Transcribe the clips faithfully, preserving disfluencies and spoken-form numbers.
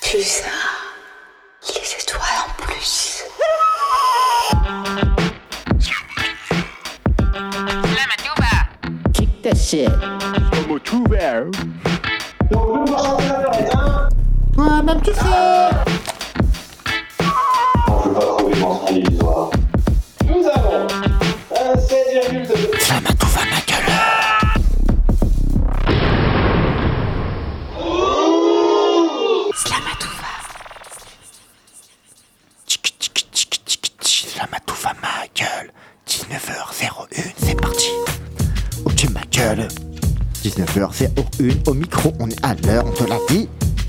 vu ça? Les étoiles en plus. Kick that shit. Slamatouva. Toi-même tu sais. On peut pas trouver mentionner l'histoire. Nous avons un seize virgule deux. Slamatouva ma gueule. Slamatouva. Tchik tchik tchik tchik tchik. Slamatouva ma gueule. dix-neuf heures zéro une, c'est parti. Ok ma gueule. dix-neuf heures zéro une, au micro, on est à l'heure, on te l'a dit.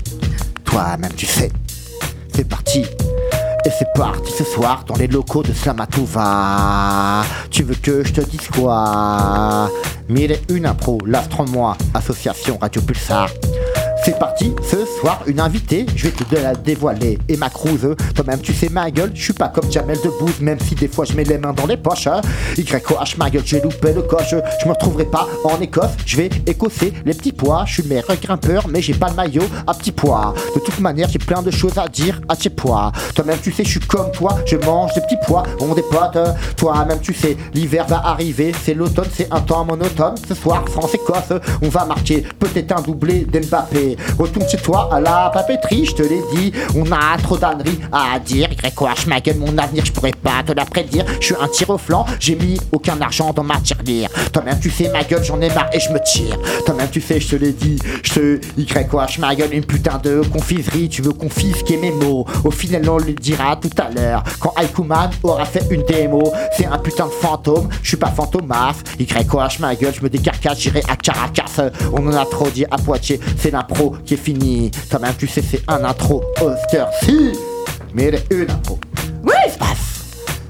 Toi-même tu sais. C'est parti. Et c'est parti ce soir dans les locaux de Slamatouva. Tu veux que je te dise quoi? Mille et une impro, l'astro-moi, association Radio Pulsar. C'est parti, ce soir, une invitée, je vais te la dévoiler. Et ma cruise, toi-même tu sais ma gueule, je suis pas comme Jamel Debbouze, même si des fois je mets les mains dans les poches. Y O H ma gueule, j'ai loupé le coche, je me retrouverai pas en Écosse, je vais écosser les petits pois. Je suis le meilleur grimpeur, mais j'ai pas le maillot à petits pois. De toute manière, j'ai plein de choses à dire à tes pois. Toi-même tu sais, je suis comme toi, je mange des petits pois, on des potes. Toi-même tu sais, l'hiver va arriver, c'est l'automne, c'est un temps monotone. Ce soir, France-Écosse, on va marquer peut-être un doublé d'Mbappé. Retourne chez toi à la papeterie, je te l'ai dit. On a trop d'âneries à dire. Y O H ma gueule, mon avenir, je pourrais pas te la prédire. Je suis un tir au flanc, j'ai mis aucun argent dans ma tirelire. Toi-même tu sais ma gueule, j'en ai marre et je me tire. Toi-même tu sais, je te l'ai dit. Je te Y O H ma gueule, une putain de confiserie. Tu veux confisquer mes mots. Au final on le dira tout à l'heure quand Aikuman aura fait une démo. C'est un putain de fantôme, je suis pas fantomas. Y O H ma gueule, je me décarcasse, j'irai à Caracas. On en a trop dit à Poitiers, c'est l'impro qui est fini. Toi-même tu sais, c'est un intro Oscar si. Mais il est une intro. Oui, il se passe.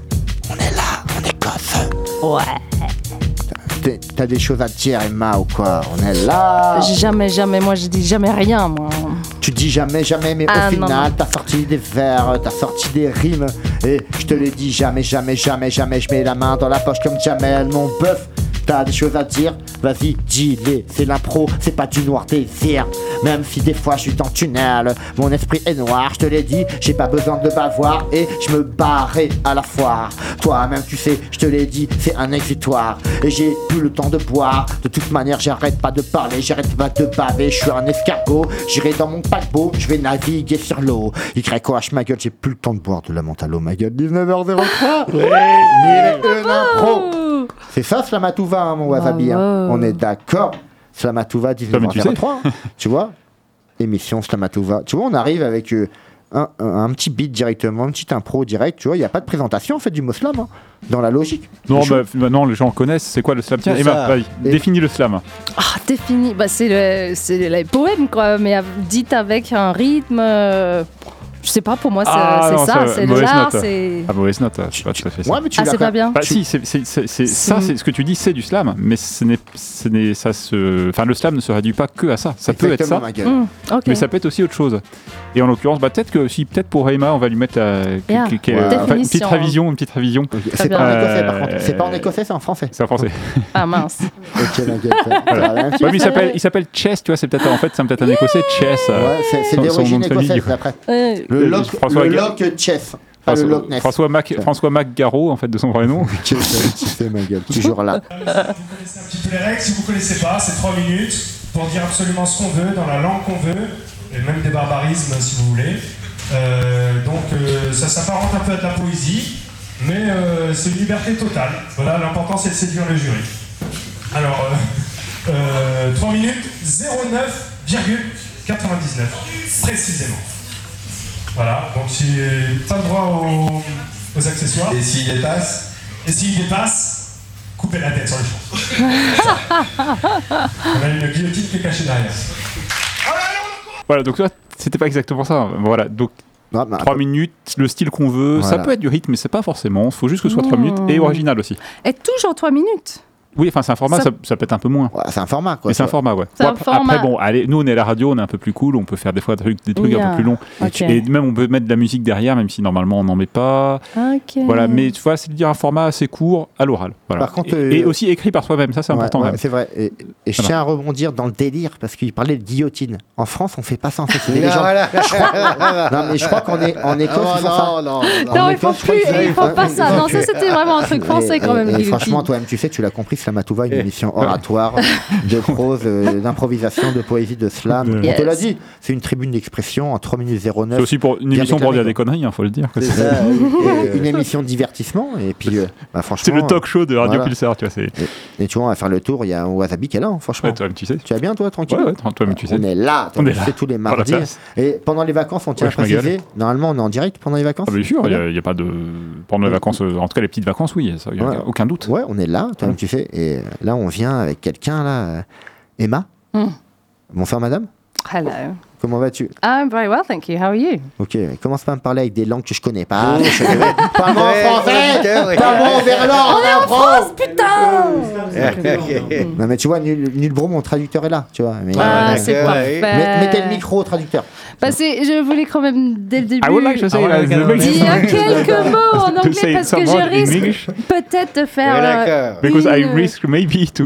On est là, en Écosse. Ouais. T'es, t'as des choses à dire, Emma, ou quoi? On est là. Jamais, jamais, moi je dis jamais rien, moi. Tu dis jamais, jamais, mais ah, au final, non, non. t'as sorti des vers, t'as sorti des rimes. Et je te l'ai dit, jamais, jamais, jamais, jamais, je mets la main dans la poche comme Jamel, mon bœuf. T'as des choses à dire, vas-y, dis-les. C'est l'impro, c'est pas du noir désir. Même si des fois je suis dans le tunnel, mon esprit est noir, je te l'ai dit. J'ai pas besoin de bavoir et je me barrais à la foire. Toi-même tu sais, je te l'ai dit, c'est un exutoire. Et j'ai plus le temps de boire. De toute manière j'arrête pas de parler, j'arrête pas de baver. Je suis un escargot, j'irai dans mon paquebot, je vais naviguer sur l'eau. Y O H ma gueule, j'ai plus le temps de boire de la menthe à l'eau, ma gueule. dix-neuf heures zéro trois. Ouais, mille et une impro. C'est ça Slamatouva, hein, mon wasabi. Hein. On est d'accord. Slamatouva, dix-neuf heures zéro trois. Tu, tu vois, émission Slamatouva. Tu vois, on arrive avec euh, un, un, un petit beat directement, une petite impro direct. Tu vois, il n'y a pas de présentation en fait du mot slam hein, dans la logique. Non, bah, maintenant les gens connaissent. C'est quoi le slam? Tiens, Emma, vas-y, Et... définis le slam. Ah, défini, bah, c'est le, c'est les poèmes, quoi, mais dit avec un rythme. Euh... Je sais pas, pour moi, c'est, ah, c'est non, ça, c'est l'art, note. c'est... Ah, mauvaise note, c'est pas tout à fait ça. Ouais, mais tu ah, c'est pas bien. Bah, si, c'est, c'est, c'est, c'est, ça, c'est, ce que tu dis, c'est du slam, mais ce n'est, ce n'est, ça se... enfin, le slam ne se réduit pas que à ça. Ça exactement, peut être ça, mmh, okay. mais ça peut être aussi autre chose. Et en l'occurrence, bah, peut-être que si, peut-être pour Emma, on va lui mettre la... yeah. qu- qu- ouais. enfin, une petite révision, une petite révision. Okay. C'est pas en écossais, par contre. C'est pas en écossais, c'est en français. C'est en français. Ah mince. Ok, ma gueule. Voilà. Ouais, mais il s'appelle, il s'appelle Chess, tu vois, c'est peut-être en fait, c'est peut-être un écossais, Chess. Ouais, c'est, c'est d'origine écossaise après. Euh, Le Loch, François le Loch Chess. Pas François, le Loch Ness. François, Mac, François McGarrow, en fait, de son vrai nom. Tu sais, ma gueule, toujours là. Vous connaissez un petit peu les règles, si vous ne connaissez pas, c'est trois minutes pour dire absolument ce qu'on veut, dans la langue qu'on veut, et même des barbarismes si vous voulez. Euh, donc euh, ça s'apparente un peu à de la poésie, mais euh, c'est une liberté totale. Voilà, l'important c'est de séduire le jury. Alors, euh, euh, trois minutes, zéro neuf virgule quatre-vingt-dix-neuf, précisément. Voilà, donc si pas le droit aux, aux accessoires. Et s'il dépasse Et s'il dépasse, coupez la tête sur le champ. On a une guillotine qui est cachée derrière. Voilà, donc toi, c'était pas exactement ça. Voilà, donc Ah, bah, trois minutes, le style qu'on veut, voilà. ça peut être du rythme, mais c'est pas forcément. Il faut juste que ce soit trois Mmh. minutes et original aussi. Et toujours trois minutes. Oui, enfin, c'est un format, ça, Ça- ça peut être un peu moins. Ouais, c'est un format, quoi. Mais c'est un tu vois. format, ouais. C'est Bon, un après, format. après, bon, allez, nous, on est à la radio, on est un peu plus cool, on peut faire des fois des trucs, des trucs un Yeah. peu plus longs. Ok. Et même, on peut mettre de la musique derrière, même si normalement, on n'en met pas. Ok. Voilà, mais tu vois, c'est de dire un format assez court à l'oral. Voilà. Par contre, et, euh, et aussi écrit par soi-même, ça, c'est Ouais, important ouais, quand même. c'est vrai. Et, et je Voilà. tiens à rebondir dans le délire parce qu'il parlait de guillotine. En France, on fait pas ça. En fait, c'est des Non, légendes. voilà. Non, mais je crois qu'en est, en Écosse, Oh, ils font ça. non, non, non. Non, En il faut Écosse, je crois plus, qu'ils il arrivent, faut hein. pas ça. Non, ça c'était vraiment un truc français Et- quand même. Et, et Guillotine. franchement, toi-même, tu sais, tu l'as compris, Slamatouva, une émission oratoire, de prose, euh, d'improvisation, de poésie, de slam. Yes. On te l'a dit, c'est une tribune d'expression en trois minutes zéro neuf. C'est aussi pour une bien émission pour dire déclamé, des conneries, il faut le dire. C'est C'est ça. Et une émission de divertissement. Et puis, euh, bah, franchement. le talk show de Radio voilà. Pulsar, tu vois. C'est... Et tu vois, on va faire le tour. Il y a un Wasabi qui est là, hein, franchement. Ouais, toi-même, tu sais. Tu vas bien, toi, tranquille? Ouais, ouais, toi-même, tu sais. On est là, On on est là. fait tous les Dans la mardis. place. Et pendant les vacances, on tient Ouais, à je me préciser, normalement, on est en direct pendant les vacances. Ah, bien sûr, il n'y a, a pas de. Pendant les vacances, euh, en tout cas les petites vacances, oui, il n'y a Ouais. aucun doute. Ouais, on est là, toi-même, tu sais. Et là, on vient avec quelqu'un, là. euh, Emma. Hmm. Bonsoir, madame. Hello. Comment vas-tu? I'm very well, thank you. How are you? Ok, mais commence pas à me parler avec des langues que je connais pas. Oh, Je connais- Parle-moi en Ouais, français. auditeur, ouais. Parle-moi en verlan. On est en France. Putain. Non, mais tu vois, nul, nul bro, mon traducteur est là, tu vois. Mais, Ah, euh, c'est d'accord, parfait. ouais. mais- mettez le micro au traducteur. Bah, c'est- je voulais quand même dès le début I would like to say I would like that to- the big- dire quelques mots en To anglais say parce que je someone in risque English. peut-être de faire Ouais, euh, d'accord. Because I une, risk maybe to.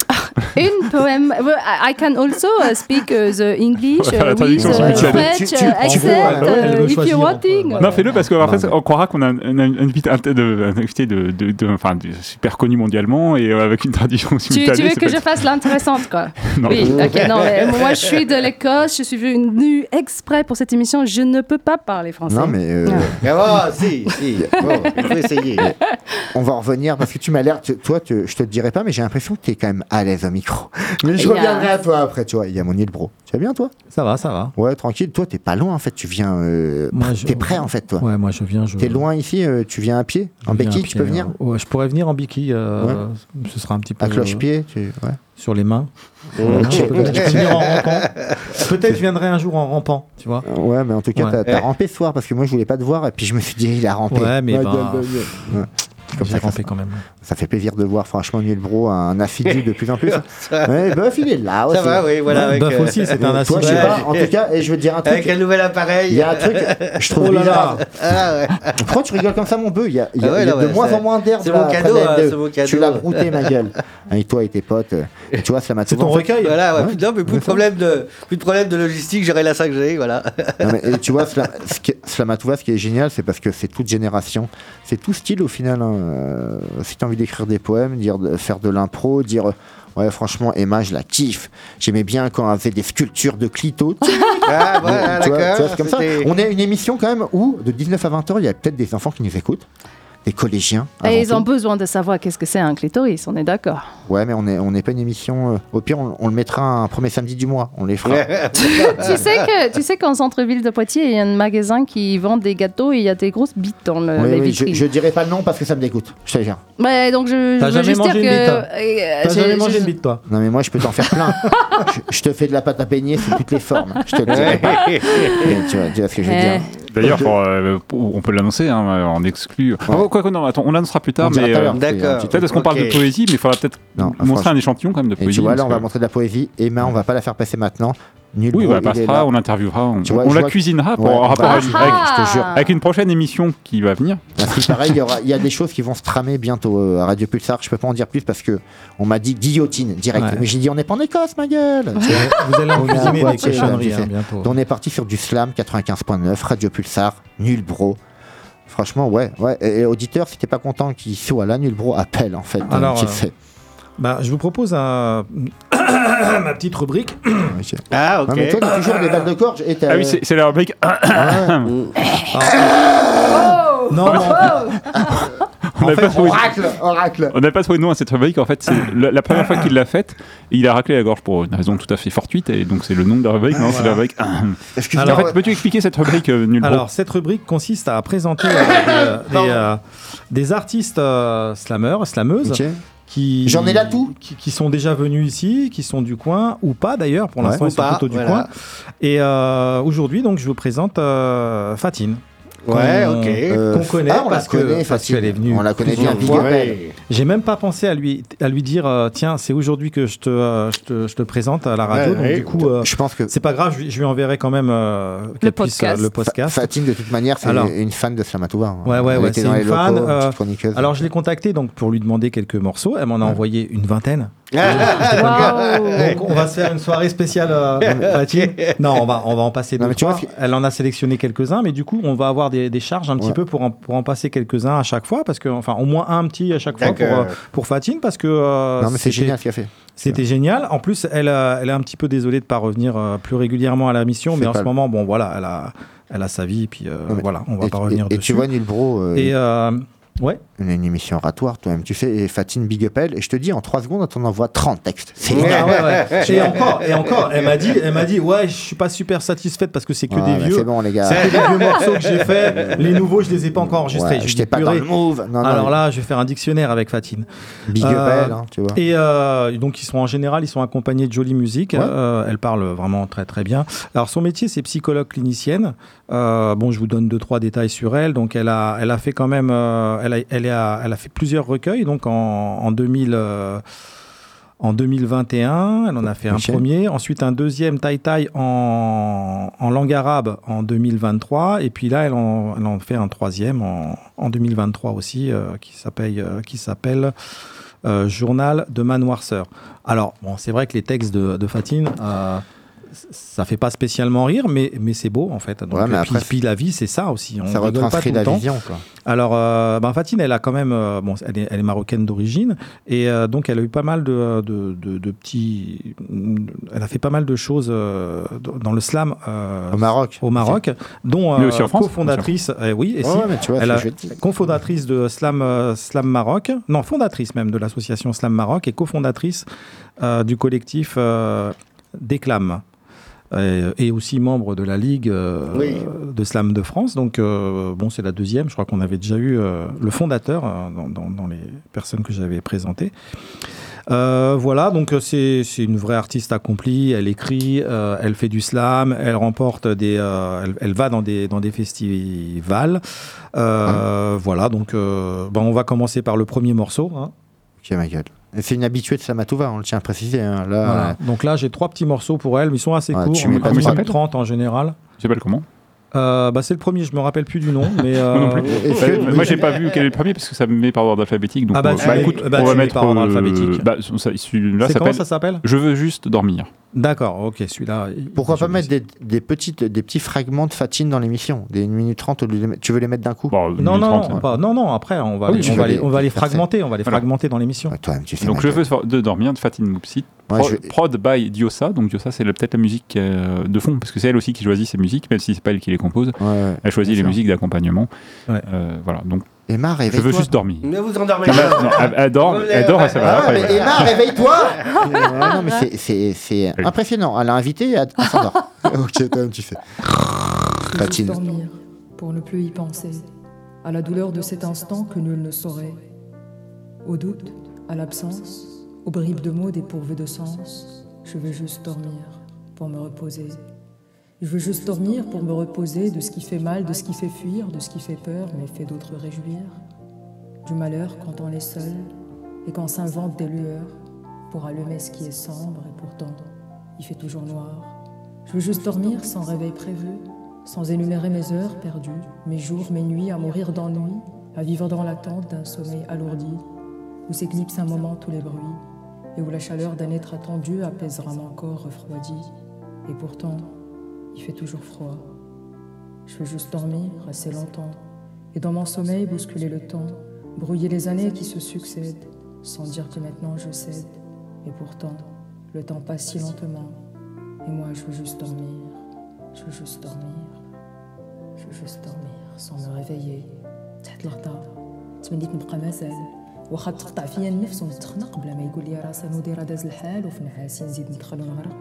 une poème. Well, I I can also uh, speak uh, the English, Ouais, la uh, with traduction uh, simultanée. French, Tu- tu- uh, tu veux, accent, elle veut- elle veut uh, if choisir you entre- wanting. voilà. Non, fais-le parce qu'en Non, fait, mais- on croira qu'on a un, un, un invité, un- de, un invité de, de, de- enfin, de super connu mondialement et euh, avec une traduction Tu, simultanée. tu veux c'est que pas- je fasse l'intéressante, quoi? Non. Oui, ok, non, mais moi je suis de l'Écosse, je suis venue exprès pour cette émission, je ne peux pas parler français. Non, mais euh, Ah, bon, si, si. Bon, il faut essayer. on va en revenir parce que tu m'as l'air, tu- toi, tu- je te le dirai pas, mais j'ai l'impression que tu es quand même à l'aise au micro. Mais je Il y a- reviendrai à toi après, tu vois. Il y a mon île bro. Tu vas bien, toi? Ça va, ça va. Ouais, tranquille. Toi, t'es pas loin en fait. Tu viens. Euh, Moi, je- T'es prêt en fait, toi. Ouais, moi je viens. Je... T'es loin ici. euh, tu viens à pied, je en viens à béquille. pied, Tu peux venir. euh, Ouais, je pourrais venir en béquille. euh, Ce sera un petit peu. À cloche-pied. Tu... Ouais. Sur les mains. Ok. Je peux je peux venir en rampant. Peut-être je viendrai un jour en rampant, tu vois. Ouais, mais en tout cas, Ouais. t'as, t'as rampé ce soir parce que moi, je voulais pas te voir et puis je me suis dit, il a rampé. Ouais, mais Ouais, ben, ouais, ouais, ouais. Comme J'ai ça, rampé quand même. ça fait plaisir de voir, franchement, Nul Bro, un assidu de plus en plus. Ouais, Buff, il est là aussi. Ça va, oui, voilà. Ouais, avec, Buff euh, aussi, c'est un Toi, assidu. je sais Ouais. pas, en tout cas, et je veux te dire un Avec truc. un nouvel appareil. Il y a un truc, je trouve Oh là bizarre. là. Ah, ouais. Pourquoi tu rigoles comme ça, mon bœuf? Il y a, il y a- Ah ouais, il y a non, de ouais, moins c'est- en moins d'air. c'est de mon la cadeau, planète hein, deux. c'est mon cadeau. Tu l'as brouté, ma gueule. Avec toi et tes potes. euh, Et tu vois, ça m'a C'est tout ton recueil. Voilà, ouais, Ouais. plus, non, mais plus, de problème de, plus de problème de logistique, j'aurai la cinq G, voilà. Non, mais, et tu vois, Sla- ce qui- Slamatouva, ce qui est génial, c'est parce que c'est toute génération. C'est tout style au final. hein. Euh, si tu as envie d'écrire des poèmes, dire, de- faire de l'impro, dire euh, ouais, franchement, Emma, je la kiffe. J'aimais bien quand elle faisait des sculptures de clito. Ah, voilà, tu vois, d'accord. tu vois, c'est comme ça. c'était- On est une émission quand même où, de dix-neuf à vingt heures, il y a peut-être des enfants qui nous écoutent. Des collégiens. Et avant ils ont tout. besoin de savoir qu'est-ce que c'est un clitoris, on est d'accord. Ouais, mais on n'est on n'est pas une émission. euh, au pire, on, on le mettra un premier samedi du mois. On les fera. tu sais que tu sais qu'en centre-ville de Poitiers, il y a un magasin qui vend des gâteaux et il y a des grosses bites dans le, Oui, les oui, je, vitrines. je dirai pas le nom parce que ça me dégoûte. Je te jure. Ouais, donc je, je T'as veux jamais juste dire mangé que une bite, hein euh, T'as j'ai- jamais mangé j'ai- une bite, toi? Non, mais moi, je peux t'en faire plein. je, je te fais de la pâte à peigner sous toutes les formes. Je te le dirai pas. Et tu, vois, tu vois ce que je veux Eh. dire. D'ailleurs, pour, euh, pour- on peut l'annoncer hein, en exclu. Oh, quoi que non, attends, on l'annoncera plus tard, On dira mais tout à euh, l'heure. D'accord. Tu- peut-être est-ce qu'on parle Ok. de poésie, mais il faudra peut-être Non, montrer franchement. un échantillon quand même de Et poésie. tu vois, là, on parce va que- montrer de la poésie. Emma, on va pas la faire passer maintenant. Nul Oui, Bro, bah, elle il est passera, là. on l'interviewera, on, Tu vois, on je la vois- cuisinera pour, Ouais, en rapport bah, avec, je- avec- je te jure. avec une prochaine émission qui va venir. Parce que pareil, il y, aura, il y a des choses qui vont se tramer bientôt euh, à Radio Pulsar. Je peux pas en dire plus parce que on m'a dit guillotine direct. Ouais. Mais j'ai dit on n'est pas en Écosse, ma gueule. Tu vois. Vous allez en On est à cuisiner des Poitiers, cochonneries là, tu hein, sais. bientôt. Donc on est parti sur du slam quatre-vingt-quinze point neuf, Radio Pulsar, Nul Bro. Franchement, ouais, ouais. Et, et auditeur, si t'es pas content qu'il soit là, Nul Bro appelle en fait. Alors, hein, tu euh, sais. Bah, je vous propose un... ma petite rubrique. Ok. Ah, ok. Non, mais toi, t'as toujours des balles de gorge et t'as. Ah oui, c'est c'est la rubrique. Ouais. Non, non, On En n'a fait, pas trouvé- oracle, oracle. on n'a pas trouvé de nom à cette rubrique. En fait, c'est la, la première fois qu'il l'a faite, il a raclé la gorge pour une raison tout à fait fortuite, et donc c'est le nom de la rubrique. Non, c'est la rubrique. Excuse-moi. Alors, en fait, peux-tu expliquer cette rubrique euh, nul Alors, cette rubrique consiste à présenter euh, des, des, euh, des artistes euh, slammeurs, slameuses, Ok. qui, J'en ai là tout. qui, qui sont déjà venus ici, qui sont du coin, ou pas d'ailleurs, pour Ouais. l'instant Ou ils sont pas, plutôt du voilà. coin. Et euh, aujourd'hui, donc, je vous présente euh, Fatine. Ouais, qu'on- ok. Euh, qu'on connaît ah, on la parce que- connaît, parce Fatine. qu'elle est venue On la connaît bien, plusieurs Big fois. Up. J'ai même pas pensé à lui, à lui dire euh, tiens, c'est aujourd'hui que je te, euh, je, te, je te présente à la radio. Ouais, donc ouais. du coup, euh, Je pense que c'est pas grave, je, lui- je lui enverrai quand même euh, qu'elle puisse, podcast. euh, le Fa- podcast. Fatine, de toute manière, c'est Alors. une fan de Slamatouva. hein. Ouais, ouais, Elle ouais, était c'est dans une les locaux, fan, une euh, petite chroniqueuse. Alors je l'ai contactée donc pour lui demander quelques morceaux. Elle m'en a envoyé une vingtaine. Waouh. Donc on va se faire une soirée spéciale euh, Fatine. Non, on va on va en passer Non, deux mais tu trois. vois, Elle en a sélectionné quelques-uns, mais du coup on va avoir des, des charges un petit Ouais. peu pour en, pour en passer quelques-uns à chaque fois, parce que enfin au moins un petit à chaque fois pour, D'accord. euh, pour Fatine, parce que euh, Non, mais c'est c'était- génial ce qu'elle fait. C'était génial. En plus, elle, euh, elle est un petit peu désolée de pas revenir euh, plus régulièrement à la mission, C'est mais en pas ce le- moment, bon voilà, elle a elle a sa vie, puis euh, Non, mais- voilà, on va Et, pas et- revenir et dessus. tu vois, Nulbro, euh, Et euh, ouais. une, une émission oratoire, toi-même, tu fais, et Fatine Big Up elle, et je te dis, en trois secondes, on envoie trente textes. C'est Ouais. Ah ouais, ouais. Et encore, et encore, elle m'a dit, elle m'a dit, ouais, je suis pas super satisfaite parce que c'est que Ah, des bah, vieux, c'est bon, les gars. c'est que des vieux morceaux que j'ai fait. Les nouveaux, je les ai pas encore enregistrés. Ouais, Je j'étais dis, pas dans purée. le move. Non, non, Alors là, je vais faire un dictionnaire avec Fatine. Big Up euh, elle, hein, tu vois. Et euh, donc, ils sont en général, ils sont accompagnés de Jolie Musique. Ouais. Euh, elle parle vraiment très très bien. Alors, son métier, c'est psychologue clinicienne. Euh, bon, je vous donne deux trois détails sur elle. Donc, elle a, elle a fait quand même, euh, elle a, elle a, elle a fait plusieurs recueils. Donc, en, en deux mille. Euh, En deux mille vingt et un, elle en a fait un Michel. premier, ensuite un deuxième Tai Tai en, en langue arabe en deux mille vingt-trois, et puis là, elle en, elle en fait un troisième en, en deux mille vingt-trois aussi, euh, qui s'appelle, euh, qui s'appelle euh, Journal de ma noirceur. Alors, bon, c'est vrai que les textes de, de Fatine, euh, ça fait pas spécialement rire, mais, mais c'est beau en fait. Donc, Ouais, mais puis, après, puis la vie, c'est ça aussi. On Ça rigole pas retranscrit tout le la temps. vision, quoi. Alors, euh, ben Fatine, elle a quand même, euh, bon, elle est, elle est marocaine d'origine, et euh, donc elle a eu pas mal de, de, de, de petits, elle a fait pas mal de choses euh, dans le slam euh, Au Maroc. au Maroc, dont Mais euh, aussi en France, cofondatrice, eh oui, et Ouais, si, mais tu vois, elle c'est a- ce que je dis. cofondatrice de Slam, euh, Slam Maroc, non, fondatrice même de l'association Slam Maroc et cofondatrice euh, du collectif euh, Déclame. Euh, et aussi membre de la Ligue euh, Oui. de Slam de France. Donc, euh, bon, c'est la deuxième. Je crois qu'on avait déjà eu euh, le fondateur euh, dans, dans- dans les personnes que j'avais présentées. Euh, voilà, donc euh, c'est c'est une vraie artiste accomplie. Elle écrit, euh, elle fait du slam, elle remporte des, euh, elle, elle va dans des dans des festivals. Euh, Voilà, donc euh, ben, on va commencer par le premier morceau. Hein. Ok, ma gueule. Et c'est une habituée de Slamatouva, on le tient à préciser. hein. Là, Voilà. euh, Donc là, j'ai trois petits morceaux pour elle, mais ils sont assez Ouais, courts. tu mets pas Comment de il rappel trente en général. Je sais pas le comment. Euh, bah, c'est le premier, je me rappelle plus du nom, mais euh, Moi non plus. Est-ce Bah, que- moi, j'ai pas vu quel est le premier parce que ça me met par ordre alphabétique. Donc, Ah bah, on- tu bah, mets- écoute, bah, on tu va mets mettre par ordre euh, alphabétique. bah, ça, celui-là c'est comment s'appelle ça s'appelle? Je veux juste dormir. D'accord, ok, celui-là. il- Pourquoi je pas le mettre sais. des, des, petites, des petits fragments de Fatine dans l'émission, des une minute trente, au lieu de les mettre- tu veux les mettre d'un coup? Bon, Non, une non, trente, non, ouais. pas- non, non, après, on va, Ah oui, les, tu on veux va, les, les- on va les les faire fragmenter, on va les Voilà. fragmenter dans l'émission. Ouais, toi-même, tu fais Donc ma je gueule. veux de dormir de Fatine Moupsit. Ouais, Pro- je- Prod by Diosa. Donc Diosa, c'est le- peut-être la musique euh, de fond, parce que c'est elle aussi qui choisit ses musiques, même si c'est pas elle qui les compose. Ouais, ouais. Elle choisit Bien les sûr. musiques d'accompagnement. Ouais. Euh, voilà. Donc Emma, je veux réveille-toi. juste dormir. Ne vous endormez Non, pas. non, elle, elle dort, elle dort, elle s'en va. Ah ouais, Après, mais Emma, réveille-toi. Ouais, non, mais c'est- c'est c'est Oui. impressionnant. Elle a invité, elle elle s'endort. Ok, toi-même, tu fais. Je veux Fatine. juste dormir pour ne plus y penser, à la douleur de cet instant que nul ne saurait, au doute, à l'absence, aux bribes de mots dépourvus de sens. Je veux juste dormir pour me reposer. Je veux juste dormir pour me reposer de ce qui fait mal, de ce qui fait fuir, de ce qui fait peur, mais fait d'autres réjouir. Du malheur quand on est seul et quand s'inventent des lueurs pour allumer ce qui est sombre et pourtant il fait toujours noir. Je veux juste dormir sans réveil prévu, sans énumérer mes heures perdues, mes jours, mes nuits, à mourir d'ennui, à vivre dans l'attente d'un sommeil alourdi, où s'éclipsent un moment tous les bruits, et où la chaleur d'un être attendu apaisera mon corps refroidi. Et pourtant, il fait toujours froid. Je veux juste dormir assez longtemps, et dans mon sommeil bousculer le temps, brouiller les années qui se succèdent, sans dire que maintenant je cède. Et pourtant, le temps passe si lentement, et moi je veux juste dormir, je veux juste dormir, je veux juste dormir sans me réveiller. تحت الغطاء تمنيت نبقى مازال واخا تقطع فيا النفس ونتخنق بلا ما يقول لي راسا نودي راه داز الحال وفي نعاسي نزيد ندخل ونغرق.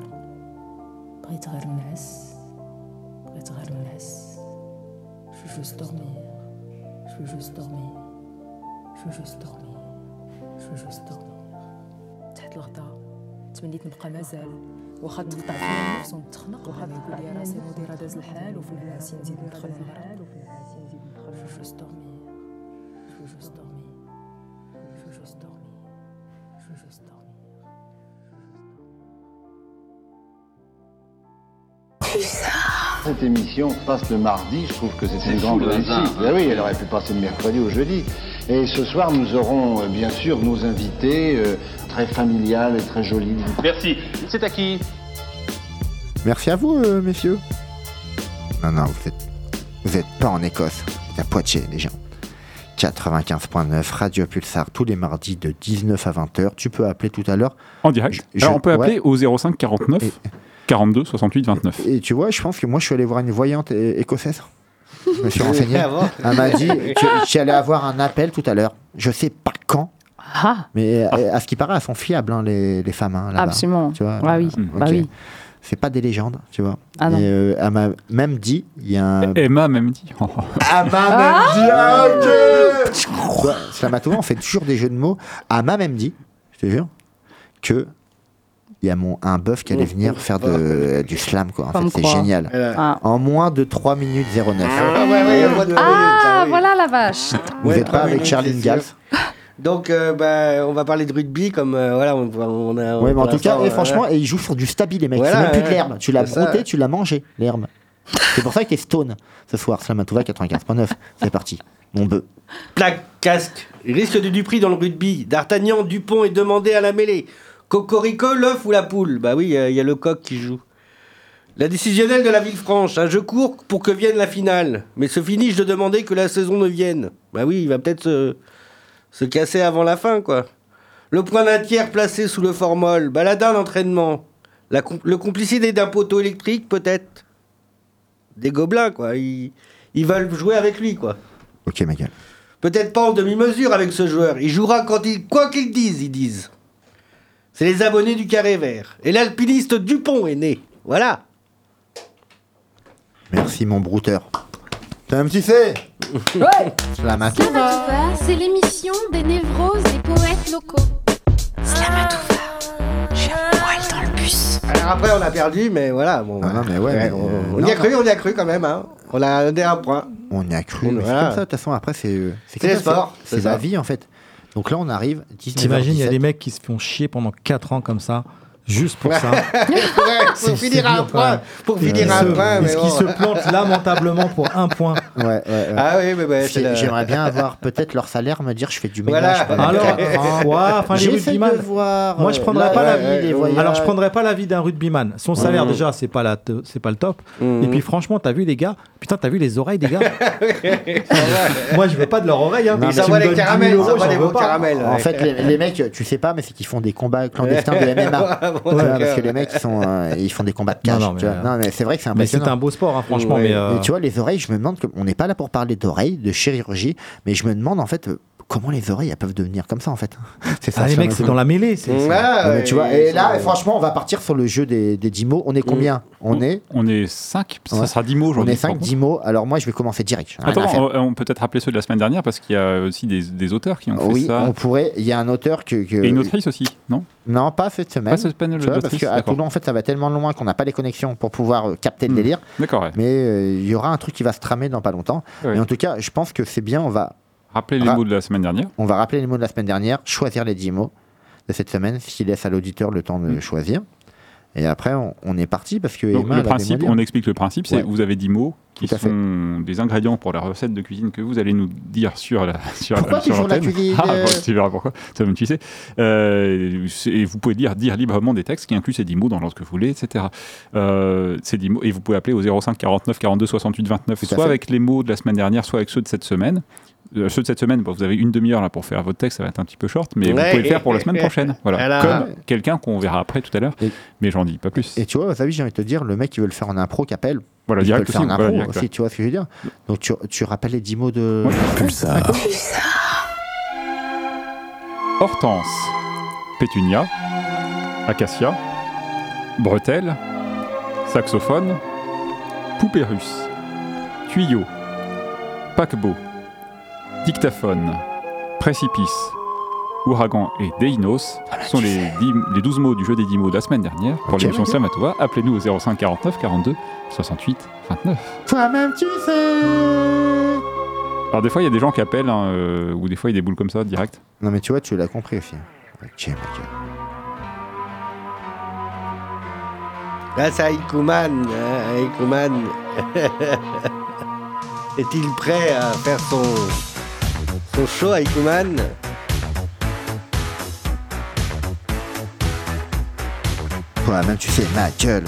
بغيت غير نعس بغيت غير نعس. Je veux juste dormir, je veux juste dormir, je veux juste dormir, je veux juste dormir. تحت الغطاء تمنيت نبقى مازال واخا تقطع فيا النفس ونتخنق واخا تقول لي راسي مديره داز الحال وفي الناس نزيد ندخل نغرق Je veux juste dormir. Je veux juste dormir. Je veux juste dormir. Je veux juste dormir. Cette émission passe le mardi, je trouve que c'est une grande réussite. Ben oui, elle aurait pu passer le mercredi ou jeudi. Et ce soir, nous aurons euh, bien sûr nos invités, euh, très familiales et très jolies. Merci. C'est à qui? Merci à vous, euh, messieurs. Non, non, vous êtes, vous êtes pas en Écosse. Vous êtes à Poitiers, les gens. quatre-vingt-quinze point neuf, Radio Pulsar, tous les mardis de dix-neuf à vingt heures. Tu peux appeler tout à l'heure. En direct. Je, Alors, on peut appeler ouais. au zéro cinq quarante-neuf Et, quarante-deux soixante-huit vingt-neuf. Et tu vois, je pense que moi, je suis allé voir une voyante é- écossaise. Je me suis renseigné. Elle m'a dit que je suis allé avoir un appel tout à l'heure. Je sais pas quand. Ah. Mais ah. à ce qui paraît, elles sont fiables, hein, les, les femmes. Hein, là-bas. Absolument. Tu vois, ah oui. okay. Bah oui. C'est pas des légendes, tu vois. Ah non. Et euh, elle m'a même dit, il y a un... Emma même dit. Elle m'a même dit, ah, ok. Ouais, Slamatouva, on fait toujours des jeux de mots. Elle m'a même dit, je te jure, que il y a mon, un bœuf qui allait venir faire de, du slam, quoi. En Comme fait, quoi. c'est génial. Ah. En moins de trois minutes zéro neuf. Ah, ouais, ouais, ouais, ouais, Ah, oui. voilà la vache. Vous Ouais, n'êtes pas trois avec minutes, Charline c'est Gals. sûr. Donc, euh, bah, on va parler de rugby comme euh, voilà, on, on a. Oui, mais en tout cas, l'instant, et franchement, euh, et ils jouent sur du stabi, les mecs. Voilà, c'est même plus de ouais, l'herbe. Tu l'as c'est ça. brouté, tu l'as mangé, l'herbe. C'est pour ça que t'es stone ce soir. Slamatouva quatre-vingt-quinze point neuf. C'est parti. Mon bœuf. Plaque, casque. Risque de Dupri dans le rugby. D'Artagnan, Dupont est demandé à la mêlée. Cocorico, l'œuf ou la poule? Bah oui, il y, y a le coq qui joue. La décisionnelle de la Villefranche. Un jeu court pour que vienne la finale. Mais se finish de demander que la saison ne vienne. Bah oui, il va peut-être se, se casser avant la fin, quoi. Le point d'un tiers placé sous le formol. Baladin d'entraînement. La com- le complicité d'un poteau électrique, peut-être. Des gobelins, quoi. Ils, ils veulent jouer avec lui, quoi. Ok, ma gueule. Peut-être pas en demi-mesure avec ce joueur. Il jouera quand il... quoi qu'ils disent, ils disent. C'est les abonnés du Carré Vert. Et l'alpiniste Dupont est né. Voilà. Merci, mon brouteur. T'as un petit fait Ouais. Slamatouva. Slamatouva, c'est l'émission des névroses des poètes locaux. Slamatouva, j'ai un poil dans le bus. Alors après, on a perdu, mais voilà. Bon, Ah non, mais ouais. mais, on, euh, on non, y a non. cru, on y a cru quand même. Hein. On a donné un point. On y a cru. On- mais voilà. C'est comme ça, de toute façon, après, c'est. euh, C'est comme le ça, sport, C'est c'est la ça. vie, en fait. Donc là, on arrive. dix-neuf heures T'imagines, il y a dix-sept. des mecs qui se font chier pendant quatre ans comme ça, juste pour ça. Ouais, C'est- pour finir c'est un dur, quand point. même. Pour Et finir qui un se- point. et Mais ce bon. qui se plante lamentablement pour un point. Ouais, ouais, ouais. Ah oui, mais ouais, Parce c'est que la- J'aimerais bien avoir peut-être leur salaire, me dire je fais du Voilà. ménage. pendant Alors, quatre ans. ouais, enfin, les J'essaie rugbyman. de voir. Moi, je euh, prendrais la- pas la la vie, les voyages. Alors, je prendrais pas l'avis d'un rugbyman. Son salaire, Mmh. déjà, c'est pas, la te- c'est pas le top. Mmh. Et puis, franchement, t'as vu les gars? Putain, t'as vu les oreilles des gars? Moi, je veux pas de leurs oreilles. Hein. Non, Ils mais envoient tu me les donnes dix caramels. mille Ils euros, envoient j'en les veux bons pas. caramels. En ouais. fait, les, les mecs, tu sais pas, mais c'est qu'ils font des combats clandestins de M M A. Ouais, Tu vois, parce que les mecs, ils, sont, euh, ils font des combats de Non, cage. non, mais, tu vois. euh, Non, mais c'est vrai que c'est Mais c'est impressionnant. un beau sport, hein, franchement. Ouais. Mais, euh, Et tu vois, les oreilles, je me demande, que- on n'est pas là pour parler d'oreilles, de chirurgie, mais je me demande en fait, euh, comment les oreilles elles peuvent devenir comme ça en fait. C'est ça. ah, les ça mecs, me- c'est dans la mêlée. c'est- c'est- Ah, Non, mais ouais, tu vois, ils et sont- là, franchement, on va partir sur le jeu des, des dix mots. On est combien On est On est cinq, ça Ouais. sera dix mots on aujourd'hui. est cinq, dix mots. Alors moi, je vais commencer direct. J'en ai rien à Attends, faire. on, on peut peut-être rappeler ceux de la semaine dernière parce qu'il y a aussi des, des auteurs qui ont fait Oui, ça. on pourrait. Il y a un auteur que. que- Et une autrice aussi, non? Non, pas cette semaine. Pas cette semaine, Tu vois, parce l'autrice, qu'à d'accord. Toulon, en fait, ça va tellement loin qu'on n'a pas les connexions pour pouvoir euh, capter le Hmm. délire. D'accord, ouais. Mais euh, il y aura un truc qui va se tramer dans pas longtemps. Ouais. Et en tout cas, je pense que c'est bien. On va, Rappelez les Ra- mots de la semaine dernière. on va rappeler les mots de la semaine dernière, choisir les dix mots de cette semaine, ce qui laisse à l'auditeur le temps de Hmm. choisir. Et après, on, on est parti parce que Donc, Emma, le elle avait principe, mots à on dire. explique le principe, c'est Ouais. vous avez dix mots qui Tout à fait. sont des ingrédients pour la recette de cuisine que vous allez nous dire sur la sur Pourquoi sur toujours la l'antenne. cuisine Ah, bon, tu verras pourquoi. Ça me tu sais. Euh, c'est- et vous pouvez dire, dire librement des textes qui incluent ces dix mots dans l'ordre que vous voulez, et cetera. Euh, ces dix mots, et vous pouvez appeler au zéro cinq quarante-neuf quarante-deux soixante-huit vingt-neuf, Tout à soit fait. avec les mots de la semaine dernière, soit avec ceux de cette semaine. Euh, ceux de cette semaine, bon, vous avez une demi-heure là pour faire votre texte, ça va être un petit peu short, mais Ouais. vous pouvez le faire pour la semaine prochaine. Voilà. Voilà. Comme quelqu'un qu'on verra après tout à l'heure, Et- mais j'en dis pas plus. Et tu vois, Xavier, j'ai envie de te dire, le mec qui veut le faire en impro, qui appelle, Voilà, il peut direct le faire aussi. en voilà, impro direct, aussi, tu vois ce que je veux dire. Donc tu, tu rappelles les dix mots de... ouais. Pulsar. Hortense, pétunia, acacia, bretelle, saxophone, poupée russe, tuyau, paquebot, dictaphone, précipice, ouragan et Deinos sont les, dix, les douze mots du jeu des dix mots de la semaine dernière. Pour Ok, l'émission ok. Slamatova, appelez-nous au zéro cinq quarante-neuf quarante-deux soixante-huit vingt-neuf. Toi-même, tu sais. Alors des fois, il y a des gens qui appellent, hein, euh, ou des fois, il y a des boules comme ça, direct. Non, mais tu vois, tu l'as compris aussi. Ok, ma gueule. Là, c'est Aikuman. Hein, Aikuman. Est-il prêt à faire son, son show, Aikuman? Toi-même, tu sais, ma gueule.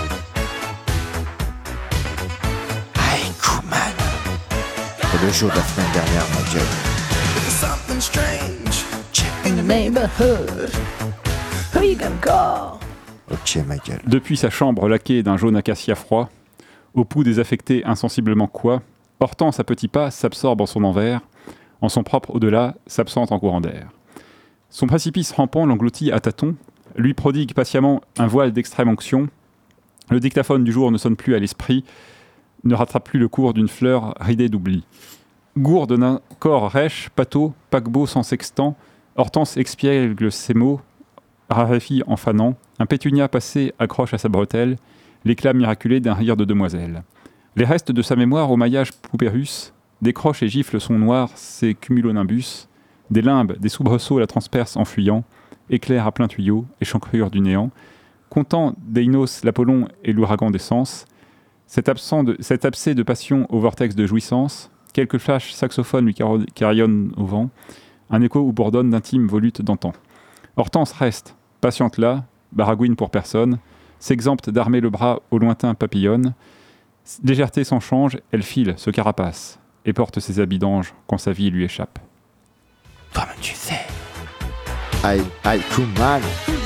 Aikuman. C'est le jour de la semaine dernière, ma gueule. Something strange. In the neighborhood. Who you gonna call? Ok, ma gueule. Depuis sa chambre laquée d'un jaune acacia froid, au pouls désaffecté insensiblement quoi, Hortense à petits pas s'absorbe en son envers, en son propre au-delà s'absente en courant d'air. Son précipice rampant l'engloutit à tâtons, lui prodigue patiemment un voile d'extrême onction. Le dictaphone du jour ne sonne plus à l'esprit, ne rattrape plus le cours d'une fleur ridée d'oubli. Gourde d'un corps rêche, pâteau, paquebot sans sextant, Hortense expiègle ses mots, raréfie en fanant, un pétunia passé accroche à sa bretelle, l'éclat miraculé d'un rire de demoiselle. Les restes de sa mémoire au maillage poupérus décrochent et giflent son noir, ses cumulonimbus, des limbes, des soubresauts la transpercent en fuyant, éclairs à plein tuyau, échancrure du néant, comptant Deinos, l'Apollon et l'ouragan des sens, cet, absent de, cet abcès de passion au vortex de jouissance, quelques flashs saxophones lui caro- carillonnent au vent, un écho où bourdonne d'intimes volutes d'antan. Hortense reste, patiente là, baragouine pour personne, s'exempte d'armer le bras au lointain papillonne, légèreté sans change, elle file, se carapace, et porte ses habits d'ange quand sa vie lui échappe. Toi-même, tu sais. Aïe, Aikuman.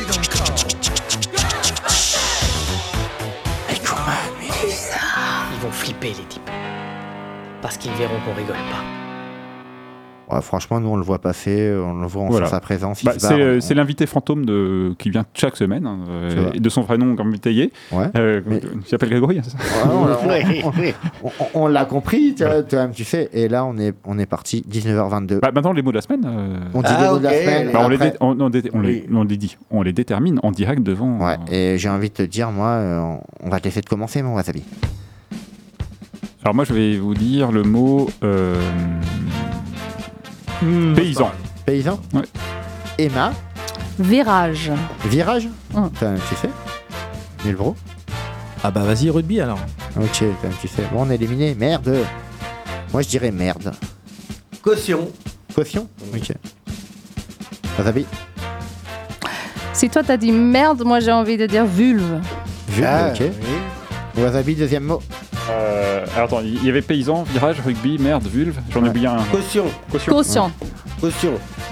Aikuman, mais Ils vont flipper, les types. Parce qu'ils verront qu'on rigole pas. ouais, franchement, nous, on le voit passer, on le voit, on Voilà. sent sa présence. il Bah, se c'est, barre, euh, on- c'est l'invité fantôme de, qui vient chaque semaine, hein, euh, C'est vrai. et de son vrai nom comme Taillé. Ouais. Euh, Mais- Tu t'appelles Grégory, hein, c'est ça Ouais, on, on- on- on- on l'a compris, tu vois, toi-même, tu sais. Et là, on est, on est parti, dix-neuf heures vingt-deux. Bah, maintenant, les mots de la semaine. euh, On dit Ah, les mots de la ok. semaine. bah, on, les après- dé- on, on dé- on les, on les dit, on les détermine en direct devant. Ouais, euh, et j'ai envie de te dire, moi, euh, on va te laisser de commencer, mon wasabi. Alors moi, je vais vous dire le mot euh, Hmm, paysan. Paysan. Ouais. Emma. Virage. Virage. Hum. Toi-même, tu sais. Nul bro. Ah bah vas-y, rugby alors. Ok, toi-même, tu sais. Bon, on est éliminé. Merde. Moi, je dirais merde. Caution. Caution. Ok. Wasabi. Si toi t'as dit merde, moi j'ai envie de dire vulve. Vulve, Ah, ok. oui. Wasabi, deuxième mot. Euh, alors, attends, il y avait paysan, virage, rugby, merde, vulve. J'en ai Ouais. oublié un. Caution. Caution. Quotient. Caution.